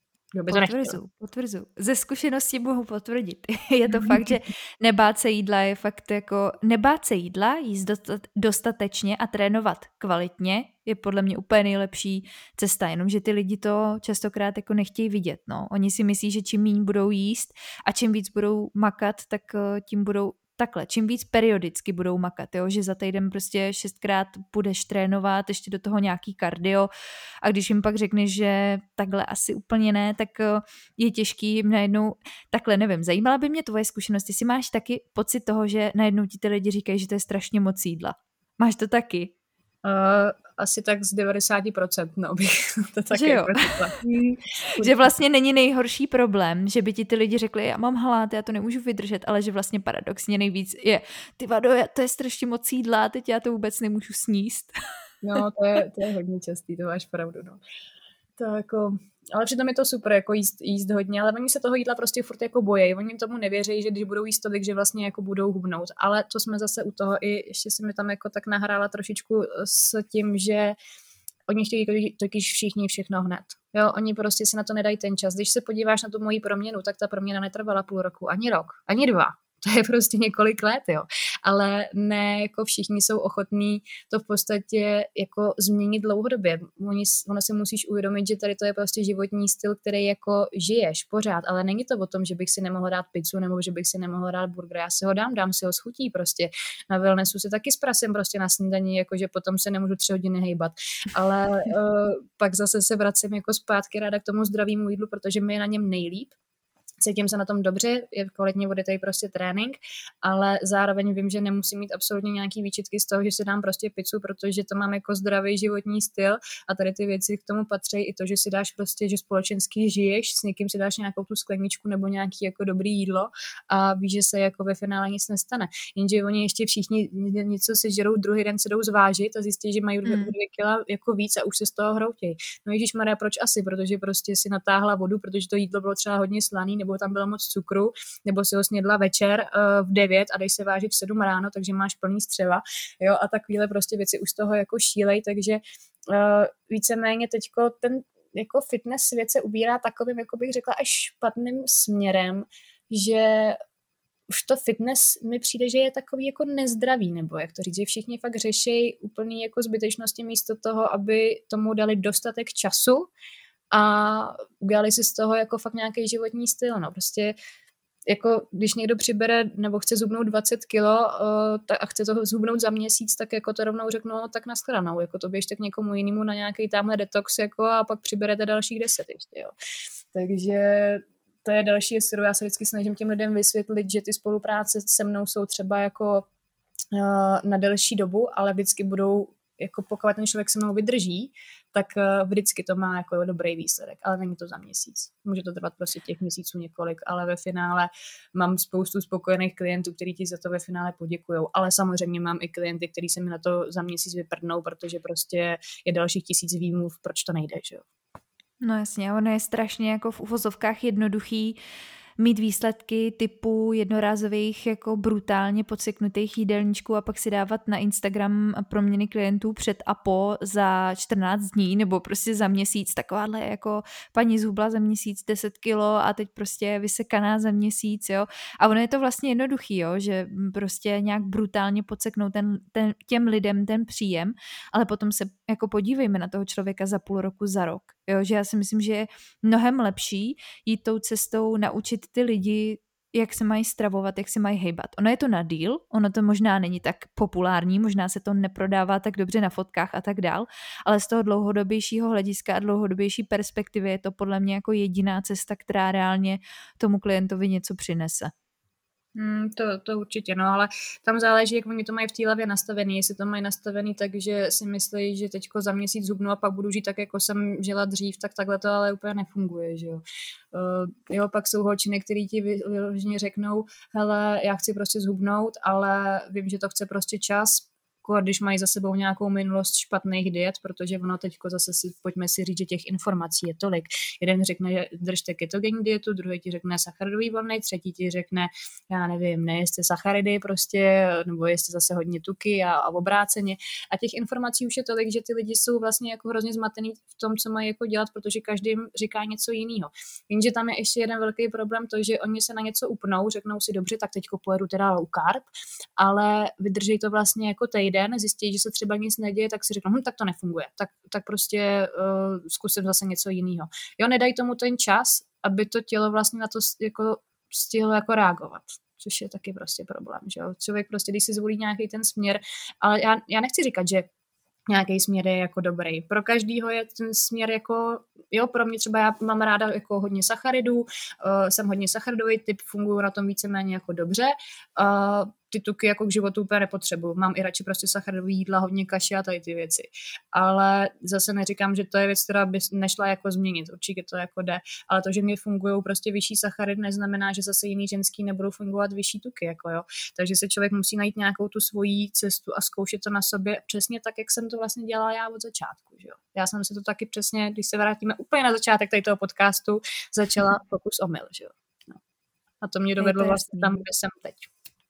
Potvrzu, potvrzu. Ze zkušenosti mohu potvrdit. Je to fakt, že nebát se jídla je fakt jako, nebát se jídla, jíst dostatečně a trénovat kvalitně je podle mě úplně nejlepší cesta, jenomže ty lidi to častokrát jako nechtějí vidět. No. Oni si myslí, že čím méně budou jíst a čím víc budou makat, tak tím budou takhle, čím víc periodicky budou makat, jo? Že za týden prostě šestkrát budeš trénovat, ještě do toho nějaký kardio a když jim pak řekneš, že takhle asi úplně ne, tak je těžký jim najednou, takhle nevím, zajímala by mě tvoje zkušenost, jestli máš taky pocit toho, že najednou ti ty lidi říkají, že to je strašně moc jídla. Máš to taky? Uh, asi tak z devadesát procent, no bych to taky že jo? Hmm. Že vlastně není nejhorší problém, že by ti ty lidi řekli, já mám hlad, já to nemůžu vydržet, ale že vlastně paradoxně nejvíc je, ty vado, to je strašně moc jídla, teď já to vůbec nemůžu sníst. No, to je, to je hodně častý, to máš pravdu, no. To jako, ale přitom je to super, jako jíst, jíst hodně, ale oni se toho jídla prostě furt jako bojí, oni tomu nevěří, že když budou jíst tolik, že vlastně jako budou hubnout, ale to jsme zase u toho i, ještě se mi tam jako tak nahrála trošičku s tím, že oni chtějí totiž všichni všechno hned. Jo, oni prostě si na to nedají ten čas. Když se podíváš na tu moji proměnu, tak ta proměna netrvala půl roku, ani rok, ani dva. To je prostě několik let, jo. Ale ne, jako všichni jsou ochotní to v podstatě jako změnit dlouhodobě. Oni, ono si musíš uvědomit, že tady to je prostě životní styl, který jako žiješ pořád, ale není to o tom, že bych si nemohla dát pizzu nebo že bych si nemohla dát burger. Já si ho dám, dám si ho s chutí prostě. Na wellnessu si taky zprasím prostě na snídani, jakože potom se nemůžu tři hodiny hejbat. Ale uh, pak zase se vracím jako zpátky ráda k tomu zdravému jídlu, protože mi je na něm nejlíp. Cítím se na tom dobře, je kvalitně voditý prostě trénink, ale zároveň vím, že nemusím mít absolutně nějaký výčitky z toho, že si dám prostě pizzu, protože to mám jako zdravý životní styl a tady ty věci k tomu patří i to, že si dáš prostě, že společensky žiješ, s někým si dáš nějakou tu skleničku nebo nějaký jako dobrý jídlo a víš, že se jako ve finále nic nestane. Jenže oni ještě všichni něco si žerou, druhý den se jdou zvážit a zjistí, že mají dvě, dvě kila jako víc a už se z toho hroutějí. No ježišmarja, proč asi? Protože prostě si natáhla vodu, protože to jídlo bylo třeba hodně slaný, nebo tam bylo moc cukru, nebo si ho snědla večer uh, v devět a dej se vážit v sedm ráno, takže máš plný střeva, jo, a takovýhle prostě věci už z toho jako šílej, takže uh, víceméně teďko ten jako fitness svět se ubírá takovým, jako bych řekla, až špatným směrem, že už to fitness mi přijde, že je takový jako nezdravý, nebo jak to říct, že všichni fakt řeší úplný jako zbytečnosti místo toho, aby tomu dali dostatek času a udělali si z toho jako fakt nějaký životní styl, no prostě jako když někdo přibere nebo chce zhubnout dvacet kilo uh, a chce toho zhubnout za měsíc, tak jako to rovnou řeknu, no, tak nashledanou, jako to běžte k někomu jinému na nějaký tamhle detox jako a pak přiberete dalších deset ještě, jo. Takže to je další věc, kterou já se vždycky snažím těm lidem vysvětlit, že ty spolupráce se mnou jsou třeba jako uh, na delší dobu, ale vždycky budou jako pokud ten člověk se mnou vydrží, tak vždycky to má jako dobrý výsledek, ale není to za měsíc. Může to trvat prostě těch měsíců několik, ale ve finále mám spoustu spokojených klientů, kteří ti za to ve finále poděkujou, ale samozřejmě mám i klienty, kteří se mi na to za měsíc vyprdnou, protože prostě je dalších tisíc výmluv, proč to nejde, že jo. No jasně, ono je strašně jako v uvozovkách jednoduchý mít výsledky typu jednorázových jako brutálně podseknutých jídelníčků a pak si dávat na Instagram proměny klientů před a po za čtrnáct dní nebo prostě za měsíc, takováhle jako paní zhubla za měsíc deset kilo a teď prostě vysekaná za měsíc, jo. A ono je to vlastně jednoduchý, jo, že prostě nějak brutálně podseknout ten, ten, těm lidem ten příjem, ale potom se jako podívejme na toho člověka za půl roku, za rok, jo, že já si myslím, že je mnohem lepší jít tou cestou, naučit ty lidi, jak se mají stravovat, jak se mají hejbat. Ono je to na deal, ono to možná není tak populární, možná se to neprodává tak dobře na fotkách a tak dál, ale z toho dlouhodobějšího hlediska a dlouhodobější perspektivy je to podle mě jako jediná cesta, která reálně tomu klientovi něco přinese. Hmm, to, to určitě, no, ale tam záleží, jak oni to mají v té hlavě nastavený, jestli to mají nastavený tak, že si myslí, že teďko za měsíc zhubnu a pak budu žít tak, jako jsem žila dřív, tak takhle to ale úplně nefunguje, že jo. Uh, jo, pak jsou holčiny, který ti vyloženě řeknou, hele, já chci prostě zhubnout, ale vím, že to chce prostě čas, když mají za sebou nějakou minulost špatných diet, protože ono teďko zase si, pojďme si říct, že těch informací je tolik. Jeden řekne, že držte ketogenní dietu, druhý ti řekne sacharidový volnej, třetí ti řekne, já nevím, nejeste sacharidy prostě, nebo jeste zase hodně tuky a, a obráceně. A těch informací už je tolik, že ty lidi jsou vlastně jako hrozně zmatený v tom, co mají jako dělat, protože každý jim říká něco jiného. Jenže tam je ještě jeden velký problém, to, že oni se na něco upnou, řeknou si, dobře, tak teďko pojedu teda low carb, ale vydrží to vlastně jako týden, zjistí, že se třeba nic neděje, tak si řeknou, hm, tak to nefunguje, tak, tak prostě uh, zkusím zase něco jiného. Jo, nedají tomu ten čas, aby to tělo vlastně na to jako stihlo jako reagovat, což je taky prostě problém, že jo. Člověk prostě, když si zvolí nějaký ten směr, ale já, já nechci říkat, že nějaký směr je jako dobrý. Pro každýho je ten směr jako, jo, pro mě třeba já mám ráda jako hodně sacharidů, uh, jsem hodně sacharidový typ, funguju na tom víceméně jako dobře, uh, ty tuky jako k životu úplně nepotřebuju. Mám i radši prostě sacharidový jídla, hodně kaši a tady ty věci. Ale zase neříkám, že to je věc, která by nešla jako změnit. Určitě to jako jde. Ale to, že mi fungují prostě vyšší sacharidy, neznamená, že zase jiný ženský nebudou fungovat vyšší tuky. Jako jo. Takže se člověk musí najít nějakou tu svoji cestu a zkoušet to na sobě přesně tak, jak jsem to vlastně dělala já od začátku. Že jo. Já jsem si to taky přesně, když se vrátíme úplně na začátek tady toho podcastu, začala pokus omyl. Že jo. No. A to mě dovedlo vlastně tam, kde jsem teď.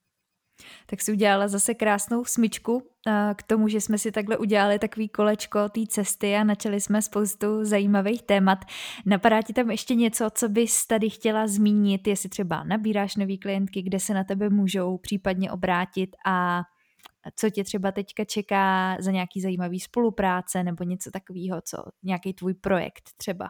Tak si udělala zase krásnou smyčku k tomu, že jsme si takhle udělali takový kolečko té cesty a načali jsme spoustu zajímavých témat. Napadá ti tam ještě něco, co bys tady chtěla zmínit, jestli třeba nabíráš nový klientky, kde se na tebe můžou případně obrátit a co tě třeba teďka čeká za nějaký zajímavý spolupráce nebo něco takového, co nějaký tvůj projekt třeba?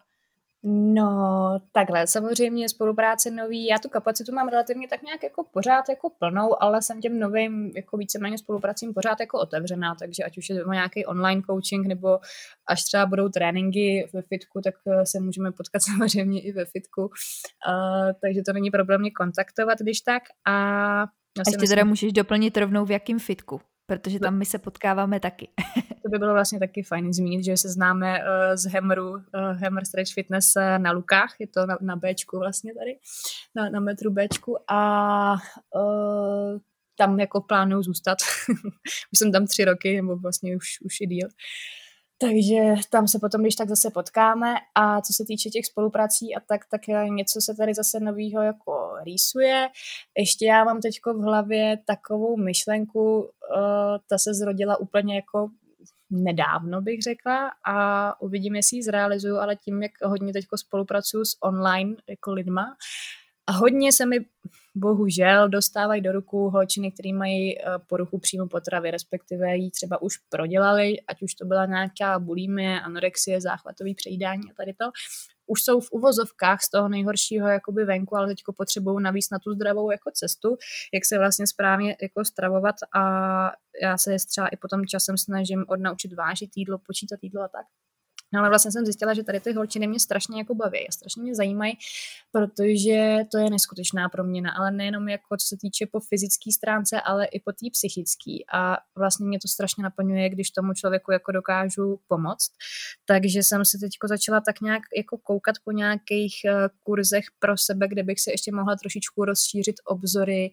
No, takhle, samozřejmě spolupráce nový, já tu kapacitu mám relativně tak nějak jako pořád jako plnou, ale jsem těm novým jako víceméně spolupracím pořád jako otevřená, takže ať už je to nějaký online coaching, nebo až třeba budou tréninky ve fitku, tak se můžeme potkat samozřejmě i ve fitku, uh, takže to není problém mě kontaktovat, když tak. A, a ještě myslím, teda můžeš doplnit rovnou v jakým fitku, protože tam my se potkáváme taky. To by bylo vlastně taky fajn zmínit, že se známe uh, z Hammeru, uh, Hammer Stretch Fitness uh, na Lukách, je to na, na Bčku vlastně tady, na, na metru Bčku a uh, tam jako plánuju zůstat. Už jsem tam tři roky, nebo vlastně už, už i díl. Takže tam se potom, když tak zase potkáme a co se týče těch spoluprací a tak, tak něco se tady zase novýho jako rýsuje. Ještě já mám teďko v hlavě takovou myšlenku, uh, ta se zrodila úplně jako nedávno, bych řekla, a uvidím, jestli ji zrealizuju, ale tím, jak hodně teďko spolupracuju s online jako lidma, a hodně se mi bohužel dostávají do ruku holčiny, které mají poruchu příjmu potravy, respektive ji třeba už prodělali, ať už to byla nějaká bulimie, anorexie, záchvatový přejídání a tady to. Už jsou v uvozovkách z toho nejhoršího jakoby venku, ale teďko potřebují navíc na tu zdravou jako cestu, jak se vlastně správně jako stravovat a já se třeba i potom časem snažím odnaučit vážit jídlo, počítat jídlo a tak. No ale vlastně jsem zjistila, že tady ty holčiny mě strašně jako baví a strašně mě zajímají, protože to je neskutečná proměna, ale nejenom jako co se týče po fyzické stránce, ale i po té psychické a vlastně mě to strašně naplňuje, když tomu člověku jako dokážu pomoct. Takže jsem se teďko začala tak nějak jako koukat po nějakých kurzech pro sebe, kde bych se ještě mohla trošičku rozšířit obzory,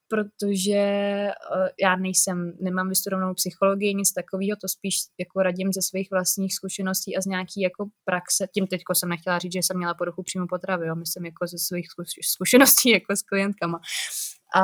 protože uh, já nejsem, nemám vystudovanou psychologii, nic takového, to spíš jako radím ze svých vlastních zkušeností a z nějaký jako praxe. Tím teďko jsem nechtěla říct, že jsem měla poruchu příjmu potravy, jo, myslím jako ze svých zkušeností jako s klientkama. A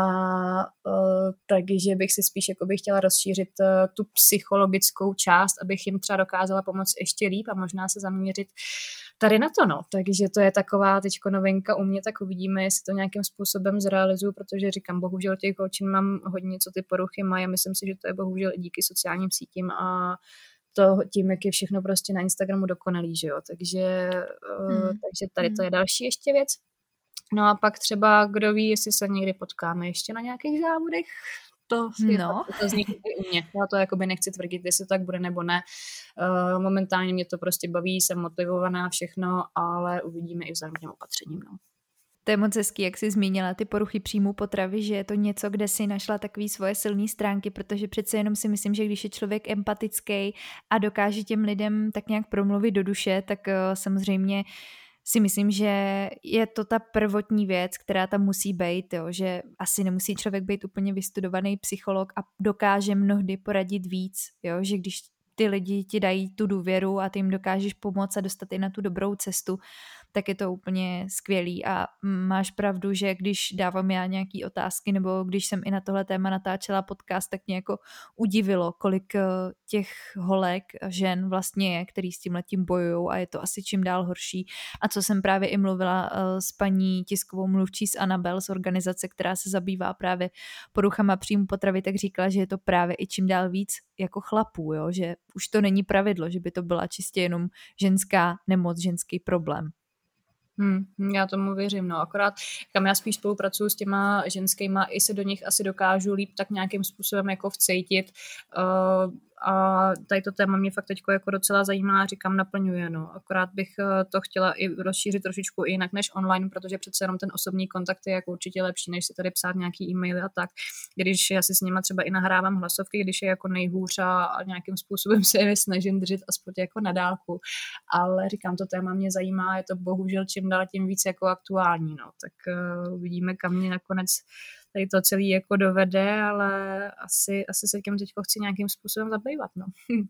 uh, takže bych si spíš jako bych chtěla rozšířit uh, tu psychologickou část, abych jim třeba dokázala pomoct ještě líp a možná se zaměřit tady na to, no. Takže to je taková teďko novinka u mě, tak uvidíme, jestli to nějakým způsobem zrealizuju, protože říkám, bohužel těch holčin mám hodně, co ty poruchy mají a myslím si, že to je bohužel i díky sociálním sítím a to tím, jak je všechno prostě na Instagramu dokonalý, že jo. Takže, uh, hmm. takže tady to je další ještě věc. No a pak třeba, kdo ví, jestli se někdy potkáme ještě na nějakých závodech, to, je no. fakt, to zní i u mě. Já to jakoby nechci tvrdit, jestli tak bude nebo ne. Uh, momentálně mě to prostě baví, jsem motivovaná všechno, ale uvidíme i vzájemně těm opatřením. No. To je moc hezký, jak jsi zmínila ty poruchy příjmu potravy, že je to něco, kde si našla takový svoje silné stránky, protože přece jenom si myslím, že když je člověk empatický a dokáže těm lidem tak nějak promluvit do duše, tak uh, samozřejmě si myslím, že je to ta prvotní věc, která tam musí být, jo, že asi nemusí člověk být úplně vystudovaný psycholog a dokáže mnohdy poradit víc, jo, že když ty lidi ti dají tu důvěru a ty jim dokážeš pomoct a dostat i na tu dobrou cestu, tak je to úplně skvělý a máš pravdu, že když dávám já nějaký otázky nebo když jsem i na tohle téma natáčela podcast, tak mě jako udivilo, kolik těch holek, žen vlastně je, který s tímhletím bojujou a je to asi čím dál horší. A co jsem právě i mluvila s paní tiskovou mluvčí z Anabel, z organizace, která se zabývá právě poruchama příjmu potravy, tak říkala, že je to právě i čím dál víc jako chlapů, jo? Že už to není pravidlo, že by to byla čistě jenom ženská nemoc, ženský problém. Hmm, já tomu věřím, no, akorát kam já spíš spolupracuju s těma ženskýma, i se do nich asi dokážu líp tak nějakým způsobem jako vcejtit uh, a tady to téma mě fakt teďko jako docela zajímá a říkám naplňuje, no, akorát bych to chtěla i rozšířit trošičku i jinak než online, protože přece jenom ten osobní kontakt je jako určitě lepší, než si tady psát nějaký e-maily a tak, když já si s nima třeba i nahrávám hlasovky, když je jako nejhůř a nějakým způsobem se je snažím držet aspoň jako na dálku, ale říkám, to téma mě zajímá, je to bohužel čím dál tím víc jako aktuální, no, tak uh, uvidíme, kam mě nakonec tady to celý jako dovede, ale asi, asi se tím teďko chci nějakým způsobem zabývat, no.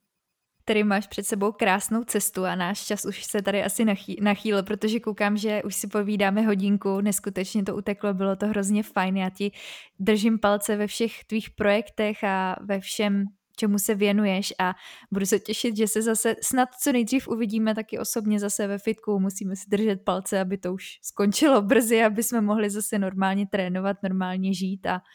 Tady máš před sebou krásnou cestu a náš čas už se tady asi nachý, nachýl, protože koukám, že už si povídáme hodinku, neskutečně to uteklo, bylo to hrozně fajn, já ti držím palce ve všech tvých projektech a ve všem, čemu se věnuješ a budu se těšit, že se zase snad co nejdřív uvidíme taky osobně zase ve fitku, musíme si držet palce, aby to už skončilo brzy, aby jsme mohli zase normálně trénovat, normálně žít a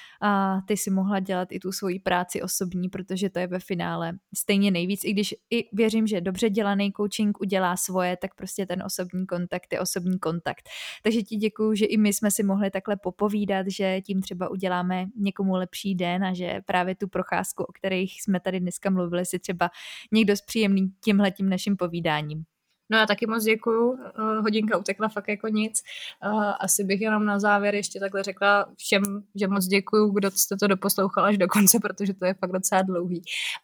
a ty si mohla dělat i tu svoji práci osobní, protože to je ve finále stejně nejvíc, i když i věřím, že dobře dělaný coaching udělá svoje, tak prostě ten osobní kontakt je osobní kontakt. Takže ti děkuju, že i my jsme si mohli takhle popovídat, že tím třeba uděláme někomu lepší den a že právě tu procházku, o kterých jsme tady dneska mluvili, si třeba někdo zpříjemný tímhletím naším povídáním. No já taky moc děkuju, hodinka utekla fakt jako nic. Asi bych jenom na závěr ještě takhle řekla všem, že moc děkuju, kdo jste to doposlouchal až do konce, protože to je fakt docela dlouhý.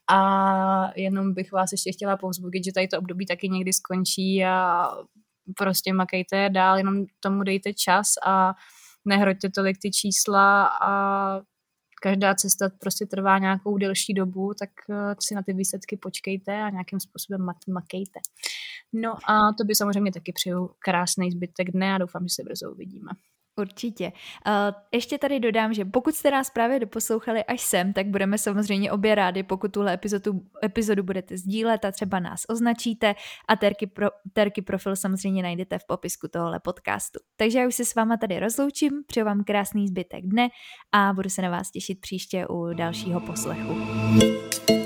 A jenom bych vás ještě chtěla povzbudit, že tady to období taky někdy skončí a prostě makejte dál, jenom tomu dejte čas a nehroďte tolik ty čísla a každá cesta prostě trvá nějakou delší dobu, tak si na ty výsledky počkejte a nějakým způsobem makejte. No a to by samozřejmě taky přeju krásný zbytek dne a doufám, že se brzo uvidíme. Určitě. Ještě tady dodám, že pokud jste nás právě doposlouchali až sem, tak budeme samozřejmě obě rádi, pokud tuhle epizodu, epizodu budete sdílet a třeba nás označíte a Terky, pro, Terky profil samozřejmě najdete v popisku tohohle podcastu. Takže já už se s váma tady rozloučím, přeju vám krásný zbytek dne a budu se na vás těšit příště u dalšího poslechu.